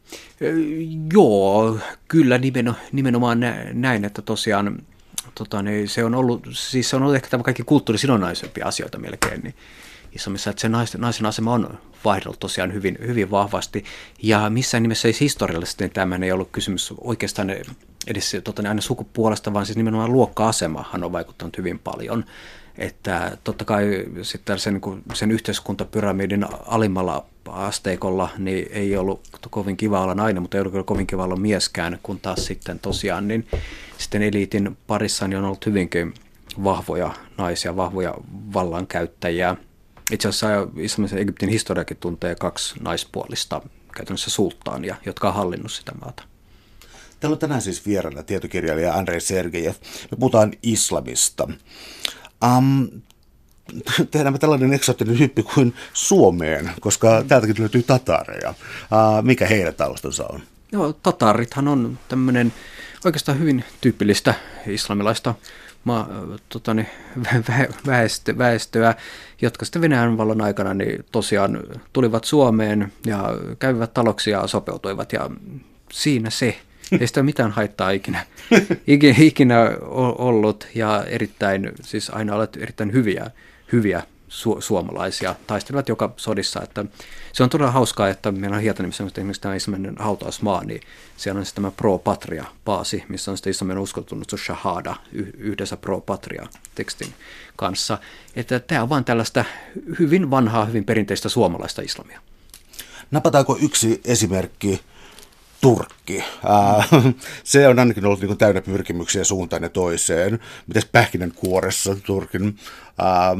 Joo, kyllä nimenomaan näin, että tosiaan tota, niin se on ollut, siis se on ollut ehkä tämä kaikki kulttuurisidonnaisempia asioita melkein, niin islamissa, että se naisen, naisen asema on vaihdellut tosiaan hyvin, hyvin vahvasti, ja missään nimessä ei historiallisesti tämä ei ollut kysymys oikeastaan edes tota, niin aina sukupuolesta, vaan siis nimenomaan luokka-asemahan on vaikuttanut hyvin paljon. Että totta kai sitten sen, sen yhteiskuntapyramidin alimmalla asteikolla niin ei ollut kovin kiva olla nainen, mutta ei ollut kyllä kovin kiva olla mieskään, kun taas sitten tosiaan niin sitten eliitin parissa niin on ollut hyvinkin vahvoja naisia, vahvoja vallankäyttäjiä. Itse asiassa islamisen Egyptin historiakin tuntee kaksi naispuolista käytännössä sulttaania, jotka on hallinnut sitä maata. Täällä on tänään siis vieraana tietokirjailija Andrei Sergejev. Me puhutaan islamista. Um, tehdään tällainen eksoottinen hyppi kuin Suomeen, koska täältäkin löytyy tatareja. Uh, mikä heidän taustansa on? Joo, tatarithan on tämmöinen oikeastaan hyvin tyypillistä islamilaista ma, totani, väestö, väestöä, jotka sitten Venäjän vallan aikana niin tosiaan tulivat Suomeen ja kävivät taloksi ja sopeutuivat, ja siinä se. Ei sitä mitään haittaa ikinä, ikinä, ikinä ollut, ja erittäin, siis aina olet erittäin hyviä, hyviä su- suomalaisia, taistelevat joka sodissa. Että se on todella hauskaa, että meillä on Hietanimessä esimerkiksi tämä ensimmäinen hautausmaa, niin siellä on tämä Pro Patria-baasi, missä on sitten islaminen uskotunut shahada yhdessä Pro Patria-tekstin kanssa. Että tämä on vain tällaista hyvin vanhaa, hyvin perinteistä suomalaista islamia. Napataanko yksi esimerkki? Turkki. Ää, se on ainakin ollut niin täynnä pyrkimyksiä suuntaan ja toiseen. Mites pähkinänkuoressa Turkin? Ää,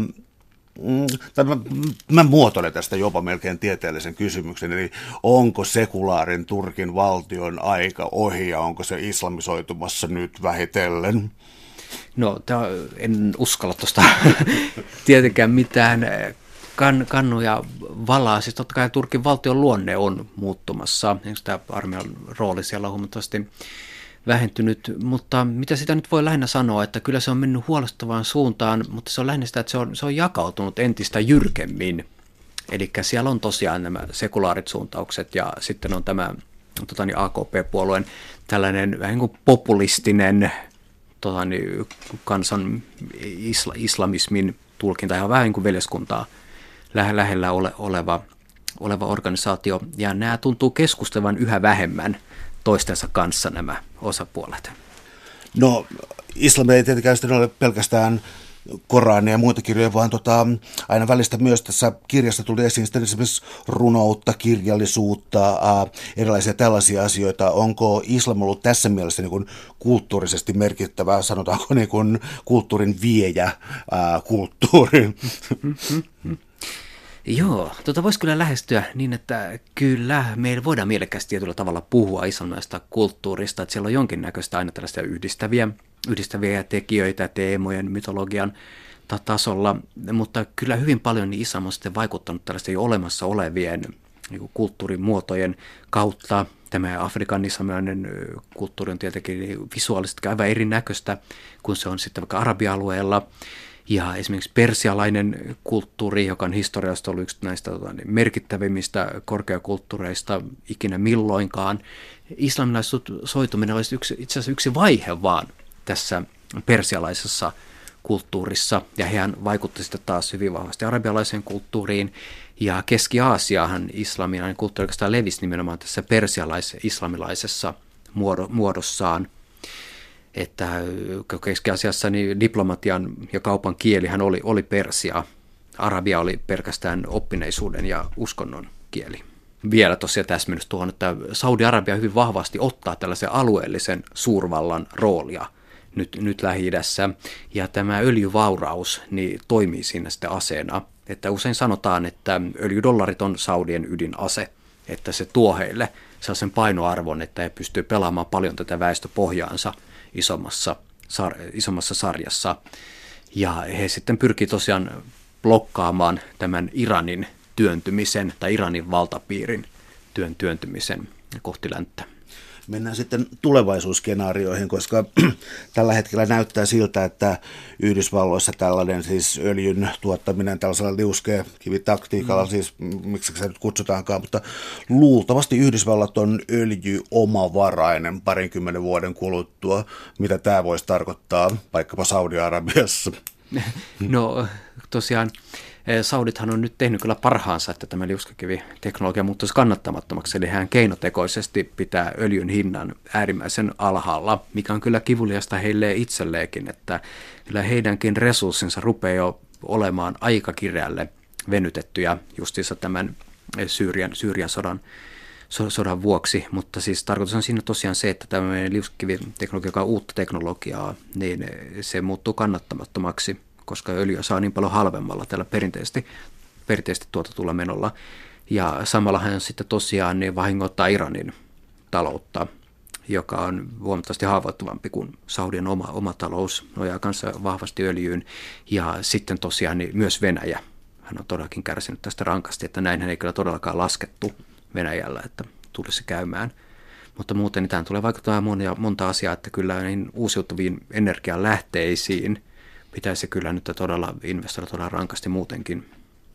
mä, mä muotoilen tästä jopa melkein tieteellisen kysymyksen, eli onko sekulaarin Turkin valtion aika ohi ja onko se islamisoitumassa nyt vähitellen? No, tää, en uskalla tuosta tietenkään mitään kan, kannuja valaa. Siis totta kai Turkin valtion luonne on muuttumassa. Tämä armeijan rooli siellä on huomattavasti vähentynyt, mutta mitä sitä nyt voi lähinnä sanoa, että kyllä se on mennyt huolestuttavaan suuntaan, mutta se on lähinnä sitä, että se on, se on jakautunut entistä jyrkemmin. Eli siellä on tosiaan nämä sekulaarit suuntaukset ja sitten on tämä tota niin, A K P-puolueen tällainen vähän niin kuin populistinen tota niin, kansan isla, islamismin tulkinta, ihan vähän niin kuin veljeskuntaa lä- lähellä ole, oleva, oleva organisaatio, ja nämä tuntuu keskustelevan yhä vähemmän toistensa kanssa nämä osapuolet. No, islam ei tietenkään sitten ole pelkästään Korania ja muita kirjoja, vaan tota, aina välistä myös tässä kirjassa tuli esiin esimerkiksi runoutta, kirjallisuutta, ää, erilaisia tällaisia asioita. Onko islam ollut tässä mielessä niin kuin kulttuurisesti merkittävää, sanotaanko niin kuin kulttuurin viejä ää, kulttuuriin? Joo, tota voisi kyllä lähestyä niin, että kyllä meillä voidaan mielekkäästi tietyllä tavalla puhua islamilaisesta kulttuurista, että siellä on jonkinnäköistä aina tällaisia yhdistäviä, yhdistäviä tekijöitä teemojen, mytologian tasolla, mutta kyllä hyvin paljon niin islam on sitten vaikuttanut tällaisten jo olemassa olevien niin kuin kulttuurimuotojen kautta. Tämä Afrikan islamilainen kulttuuri on tietenkin visuaalisesti aivan erinäköistä kuin se on sitten vaikka Arabialueella. Ja esimerkiksi persialainen kulttuuri, joka on historiallisesti ollut yksi näistä merkittävimmistä korkeakulttuureista ikinä milloinkaan. Islamilaisuutuminen olisi yksi, itse asiassa yksi vaihe vaan tässä persialaisessa kulttuurissa, ja hän vaikutti sitten taas hyvin vahvasti arabialaiseen kulttuuriin, ja Keski-Aasiahan islamilainen kulttuuri oikeastaan levisi nimenomaan tässä persialais-islamilaisessa muodossaan, että Keski-Aasiassa niin diplomatian ja kaupan kielihän oli, oli persia, arabia oli pelkästään oppineisuuden ja uskonnon kieli. Vielä tosiaan täsmennys tuohon, että Saudi-Arabia hyvin vahvasti ottaa tällaisen alueellisen suurvallan roolia nyt, nyt Lähi-idässä, ja tämä öljyvauraus niin toimii siinä sitten aseena, että usein sanotaan, että öljydollarit on Saudien ydinase, että se tuo heille sellaisen painoarvon, että he pystyy pelaamaan paljon tätä väestöpohjaansa isommassa, sar, isommassa sarjassa, ja he sitten pyrkii tosiaan blokkaamaan tämän Iranin työntymisen tai Iranin valtapiirin työn työntymisen kohti länttä. Mennään sitten tulevaisuusskenaarioihin, koska tällä hetkellä näyttää siltä, että Yhdysvalloissa tällainen siis öljyn tuottaminen tällaisella liuskekivitaktiikalla, mm. siis miksi se nyt kutsutaankaan, mutta luultavasti Yhdysvallat on öljyomavarainen parinkymmenen vuoden kuluttua. Mitä tämä voisi tarkoittaa vaikkapa Saudi-Arabiassa? No tosiaan Saudithan on nyt tehnyt kyllä parhaansa, että tämä liuskakiviteknologia muuttuisi kannattamattomaksi, eli hän keinotekoisesti pitää öljyn hinnan äärimmäisen alhaalla, mikä on kyllä kivuliasta heille itselleenkin, että kyllä heidänkin resurssinsa rupeaa jo olemaan aika kireälle venytettyjä justiinsa tämän Syyrian, Syyrian sodan, sodan vuoksi, mutta siis tarkoitus on siinä tosiaan se, että tämä liuskakiviteknologia, joka on uutta teknologiaa, niin se muuttuu kannattamattomaksi, koska öljyä saa niin paljon halvemmalla tällä perinteisesti, perinteisesti tuotetulla menolla. Ja samalla hän sitten tosiaan niin vahingoittaa Iranin taloutta, joka on huomattavasti haavoittuvampi kuin Saudien oma, oma talous, nojaa kanssa vahvasti öljyyn. Ja sitten tosiaan niin myös Venäjä. Hän on todellakin kärsinyt tästä rankasti, että näinhän ei kyllä todellakaan laskettu Venäjällä, että tulisi käymään. Mutta muuten niin tähän tulee vaikuttaa monia, monta asiaa, että kyllä niin uusiutuviin energialähteisiin pitäisi kyllä nyt todella investoida todella rankasti muutenkin.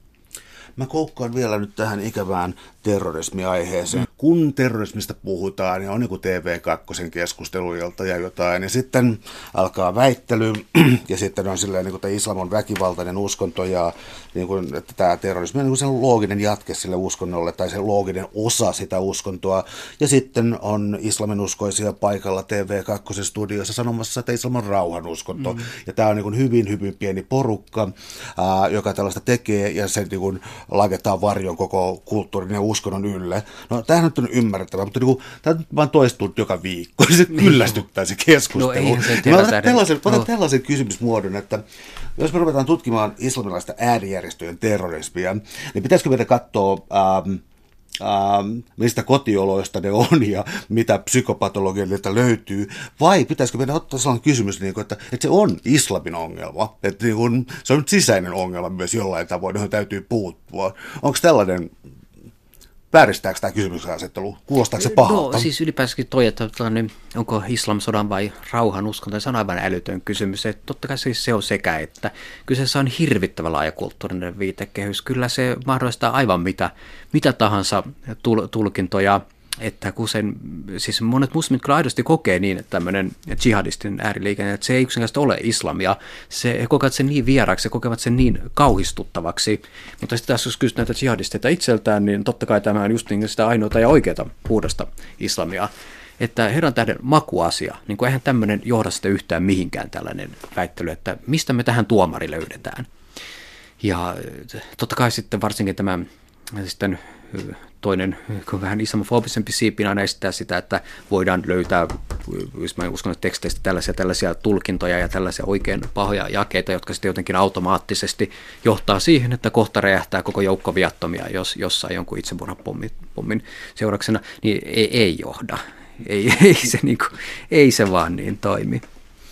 Mä koukkaan vielä nyt tähän ikävään terrorismiaiheeseen. Mm. Kun terrorismista puhutaan, niin on niin kuin T V kaksi keskusteluilta ja jotain, ja sitten alkaa väittely, ja sitten on silleen, niin kuin, että islam on väkivaltainen uskonto, ja niin kuin, että tämä terrorismi on niin kuin sen looginen jatke sille uskonnolle, tai se looginen osa sitä uskontoa, ja sitten on islaminuskoisia paikalla T V kaksi studiossa sanomassa, että islam on rauhanuskonto, mm. ja tämä on niin kuin hyvin, hyvin pieni porukka, ää, joka tällaista tekee, ja se niin kuin laitetaan varjon koko kulttuurin ja uskonnon ylle. No tämähän nyt on ymmärrettävää, mutta niin kuin, tämä nyt vaan toistuu joka viikko. Se kyllästyttää se keskustelu. No, se mä otan tällaisen, no. tällaisen kysymysmuodon, että jos me ruvetaan tutkimaan islamilaista äärijärjestöjen terrorismia, niin pitäisikö meidän katsoa ähm, Ähm, mistä kotioloista ne on ja mitä psykopatologia niiltä löytyy, vai pitäisikö meidän ottaa sellainen kysymys, niin kuin, että, että se on islamin ongelma, että niin kuin, se on nyt sisäinen ongelma myös jollain tavoin, johon täytyy puuttua. Onko tällainen, vääristääkö tämä kysymyksenasettelu, kuulostaako se pahalta? No siis ylipäänsäkin toi, että onko islam sodan vai rauhan uskonto, se on aivan älytön kysymys. Että totta kai siis se on sekä, että kyseessä on hirvittävä laaja kulttuurinen viitekehys. Kyllä se mahdollistaa aivan mitä, mitä tahansa tulkintoja, että kun sen, siis monet muslimit kyllä aidosti kokee niin, että tämmöinen jihadistin ääriliike, että se ei yksinkertaisesti ole islamia. Se, he kokevat sen niin vieraaksi, he kokevat sen niin kauhistuttavaksi. Mutta sitten tässä jos kysyt näitä jihadisteita itseltään, niin totta kai tämä on just niin sitä ainoata ja oikeata puhdasta islamia. että herran tähden makuasia, niin kuin eihän tämmöinen johda sitä yhtään mihinkään tällainen väittely, että mistä me tähän tuomari löydetään. Ja totta kai sitten varsinkin tämä sitten toinen, vähän islamofobisempi siipi aina esittää sitä, että voidaan löytää, jos mä uskon, että teksteistä tällaisia, tällaisia tulkintoja ja tällaisia oikein pahoja jakeita, jotka sitten jotenkin automaattisesti johtaa siihen, että kohta räjähtää koko joukko viattomia, jos jossain jonkun itsemurhapommin pommin seurauksena, niin ei, ei johda. Ei, ei, se niin kuin, ei se vaan niin toimi.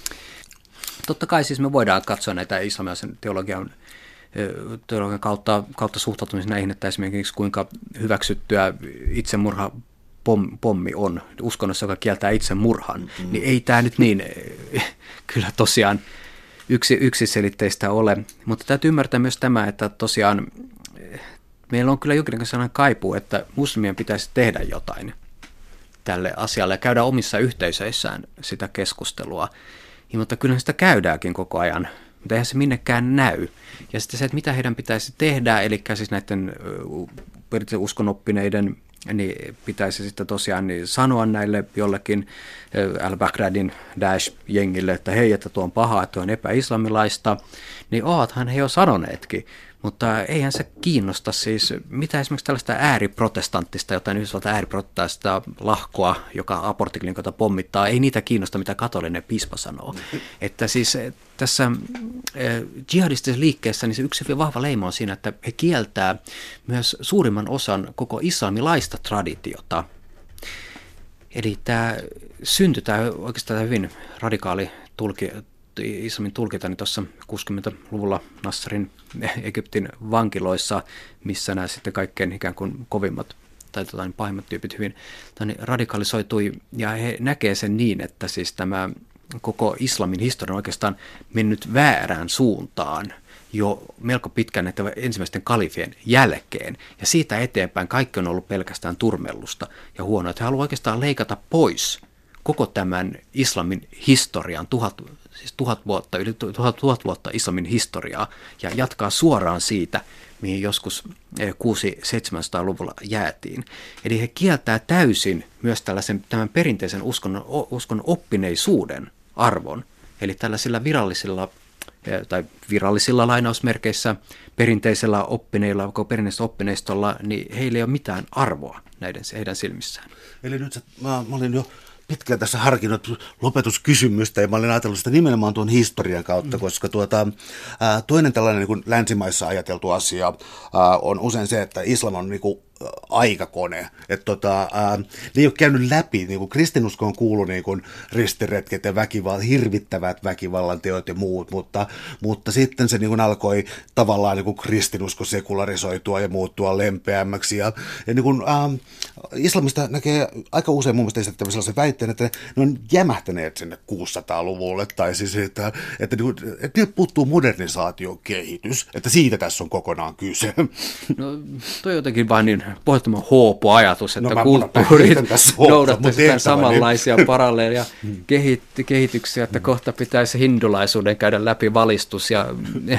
Totta kai siis me voidaan katsoa näitä islamilaisen teologian teologian kautta, kautta suhtautumisen näihin, että esimerkiksi kuinka hyväksyttyä itsemurha pommi on uskonnossa, joka kieltää itsemurhan, mm-hmm. niin ei tämä nyt niin kyllä tosiaan yksi, yksiselitteistä ole. Mutta täytyy ymmärtää myös tämä, että tosiaan meillä on kyllä jonkinlainen sellainen kaipuu, että muslimien pitäisi tehdä jotain tälle asialle ja käydä omissa yhteisöissään sitä keskustelua. Ja, mutta kyllä sitä käydäänkin koko ajan, mutta eihän se minnekään näy. Ja sitten se, että mitä heidän pitäisi tehdä, eli siis näiden perinteisen uskonoppineiden, niin pitäisi sitten tosiaan niin sanoa näille jollekin al-Baghdadin Daesh-jengille, että hei, että tuo on paha, että tuo on epäislamilaista, niin oothan he jo sanoneetkin. Mutta eihän se kiinnosta siis, mitä esimerkiksi tällaista ääriprotestanttista, jotain Yhdysvaltain ääriprotestanttista lahkoa, joka aborttiklinikoita pommittaa, ei niitä kiinnosta, mitä katolinen piispa sanoo. Että siis tässä jihadistisessa liikkeessä niin se yksi vahva leima on siinä, että he kieltää myös suurimman osan koko islamilaista traditiota. Eli tämä syntyi, tämä oikeastaan hyvin radikaali tulki, islamin tulkita niin tuossa kuusikymmentäluvulla Nasserin Egyptin vankiloissa, missä nämä sitten kaikkein ikään kuin kovimmat tai tota, niin pahimmat tyypit hyvin niin radikalisoitui, ja he näkee sen niin, että siis tämä koko islamin historia on oikeastaan mennyt väärään suuntaan jo melko pitkään näiden ensimmäisten kalifien jälkeen, ja siitä eteenpäin kaikki on ollut pelkästään turmellusta ja huonoa, että he haluavat oikeastaan leikata pois koko tämän islamin historian, tuhat, siis tuhat vuotta, yli tuhat, tuhat vuotta islamin historiaa, ja jatkaa suoraan siitä, mihin joskus kuusi-seitsemänsataa-luvulla jäätiin. Eli he kieltää täysin myös tällaisen tämän perinteisen uskon, uskon oppineisuuden arvon, eli tällaisilla virallisilla tai virallisilla lainausmerkeissä perinteisellä oppineilla, koko perinteisellä oppineistolla, niin heillä ei ole mitään arvoa näiden heidän silmissään. Eli nyt mä, mä olin jo pitkään tässä harkinnut lopetuskysymystä, ja mä olin ajatellut sitä nimenomaan tuon historian kautta, mm. koska tuota, ää, toinen tällainen niin kuin länsimaissa ajateltu asia ää, on usein se, että islam on niin kuin aikakone. Että tota, ää, ne ei ole käynyt läpi, niin kuin kristinuskoon kuuluu niin kuin ristiretket ja väkivalta, hirvittävät väkivallan teot ja muut, mutta, mutta sitten se niin kuin alkoi tavallaan niin kuin kristinusko sekularisoitua ja muuttua lempeämmäksi. Ja, ja niin kuin, ää, islamista näkee aika usein mun mielestä esittävän sellaisen väitteen, että ne on jämähtäneet sinne kuusisataaluvulle, tai siis, että, että, että, että niiltä puuttuu modernisaatiokehitys, että siitä tässä on kokonaan kyse. No toi jotenkin vaan niin pohjattoman hoopo ajatus, että no, kulttuurit noudattaisivat samanlaisia paralleelia kehityksiä, että kohta pitäisi hindulaisuuden käydä läpi valistus ja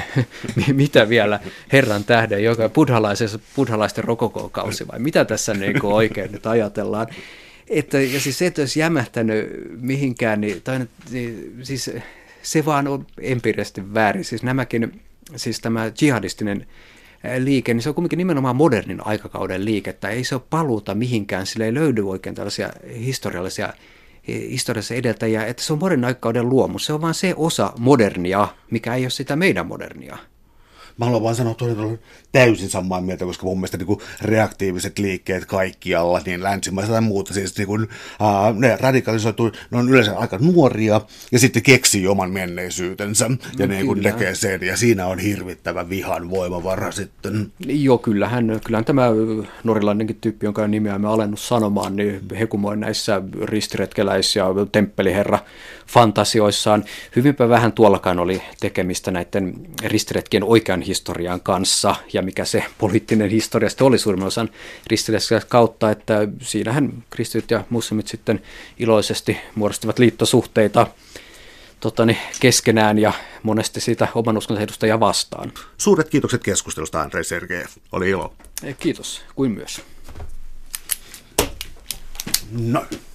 mitä vielä herran tähden, joka buddhalaisten rokokokausi vai mitä tässä niin kuin oikein nyt ajatellaan. Että, ja siis se, että olisi jämähtänyt mihinkään, niin, tai, niin siis se vaan on empiirisesti väärin. Siis nämäkin, siis tämä jihadistinen liike, niin se on kuitenkin nimenomaan modernin aikakauden liikettä. Ei se ole paluuta mihinkään, sillä ei löydy oikein tällaisia historiallisia, historiallisia edeltäjiä, että se on modernin aikakauden luomus. Se on vaan se osa modernia, mikä ei ole sitä meidän modernia. Mä haluan vaan sanoa, että olen täysin samaa mieltä, koska mun mielestä niin kuin reaktiiviset liikkeet kaikkialla, niin länsimaissa tai muuta, siis niin kuin, ää, ne radikalisoituu, ne on yleensä aika nuoria ja sitten keksii oman menneisyytensä ja no, ne niin tekee sen, ja siinä on hirvittävä vihan voimavara sitten. Joo, kyllähän, kyllähän tämä norjalainenkin tyyppi, jonka nimeä me alennut sanomaan, niin hekumoi näissä ristiretkeläis- ja temppeliherra fantasioissaan. Hyvinpä vähän tuollakaan oli tekemistä näiden ristiretkien oikean historian kanssa, ja mikä se poliittinen historia sitten oli suurimman osan ristiretkien kautta, että siinähän kristityt ja muslimit sitten iloisesti muodostivat liittosuhteita totani, keskenään ja monesti sitä oman uskonsa edustajia vastaan. Suuret kiitokset keskustelusta, Andrei Sergejev. Oli ilo. Kiitos, kuin myös. No.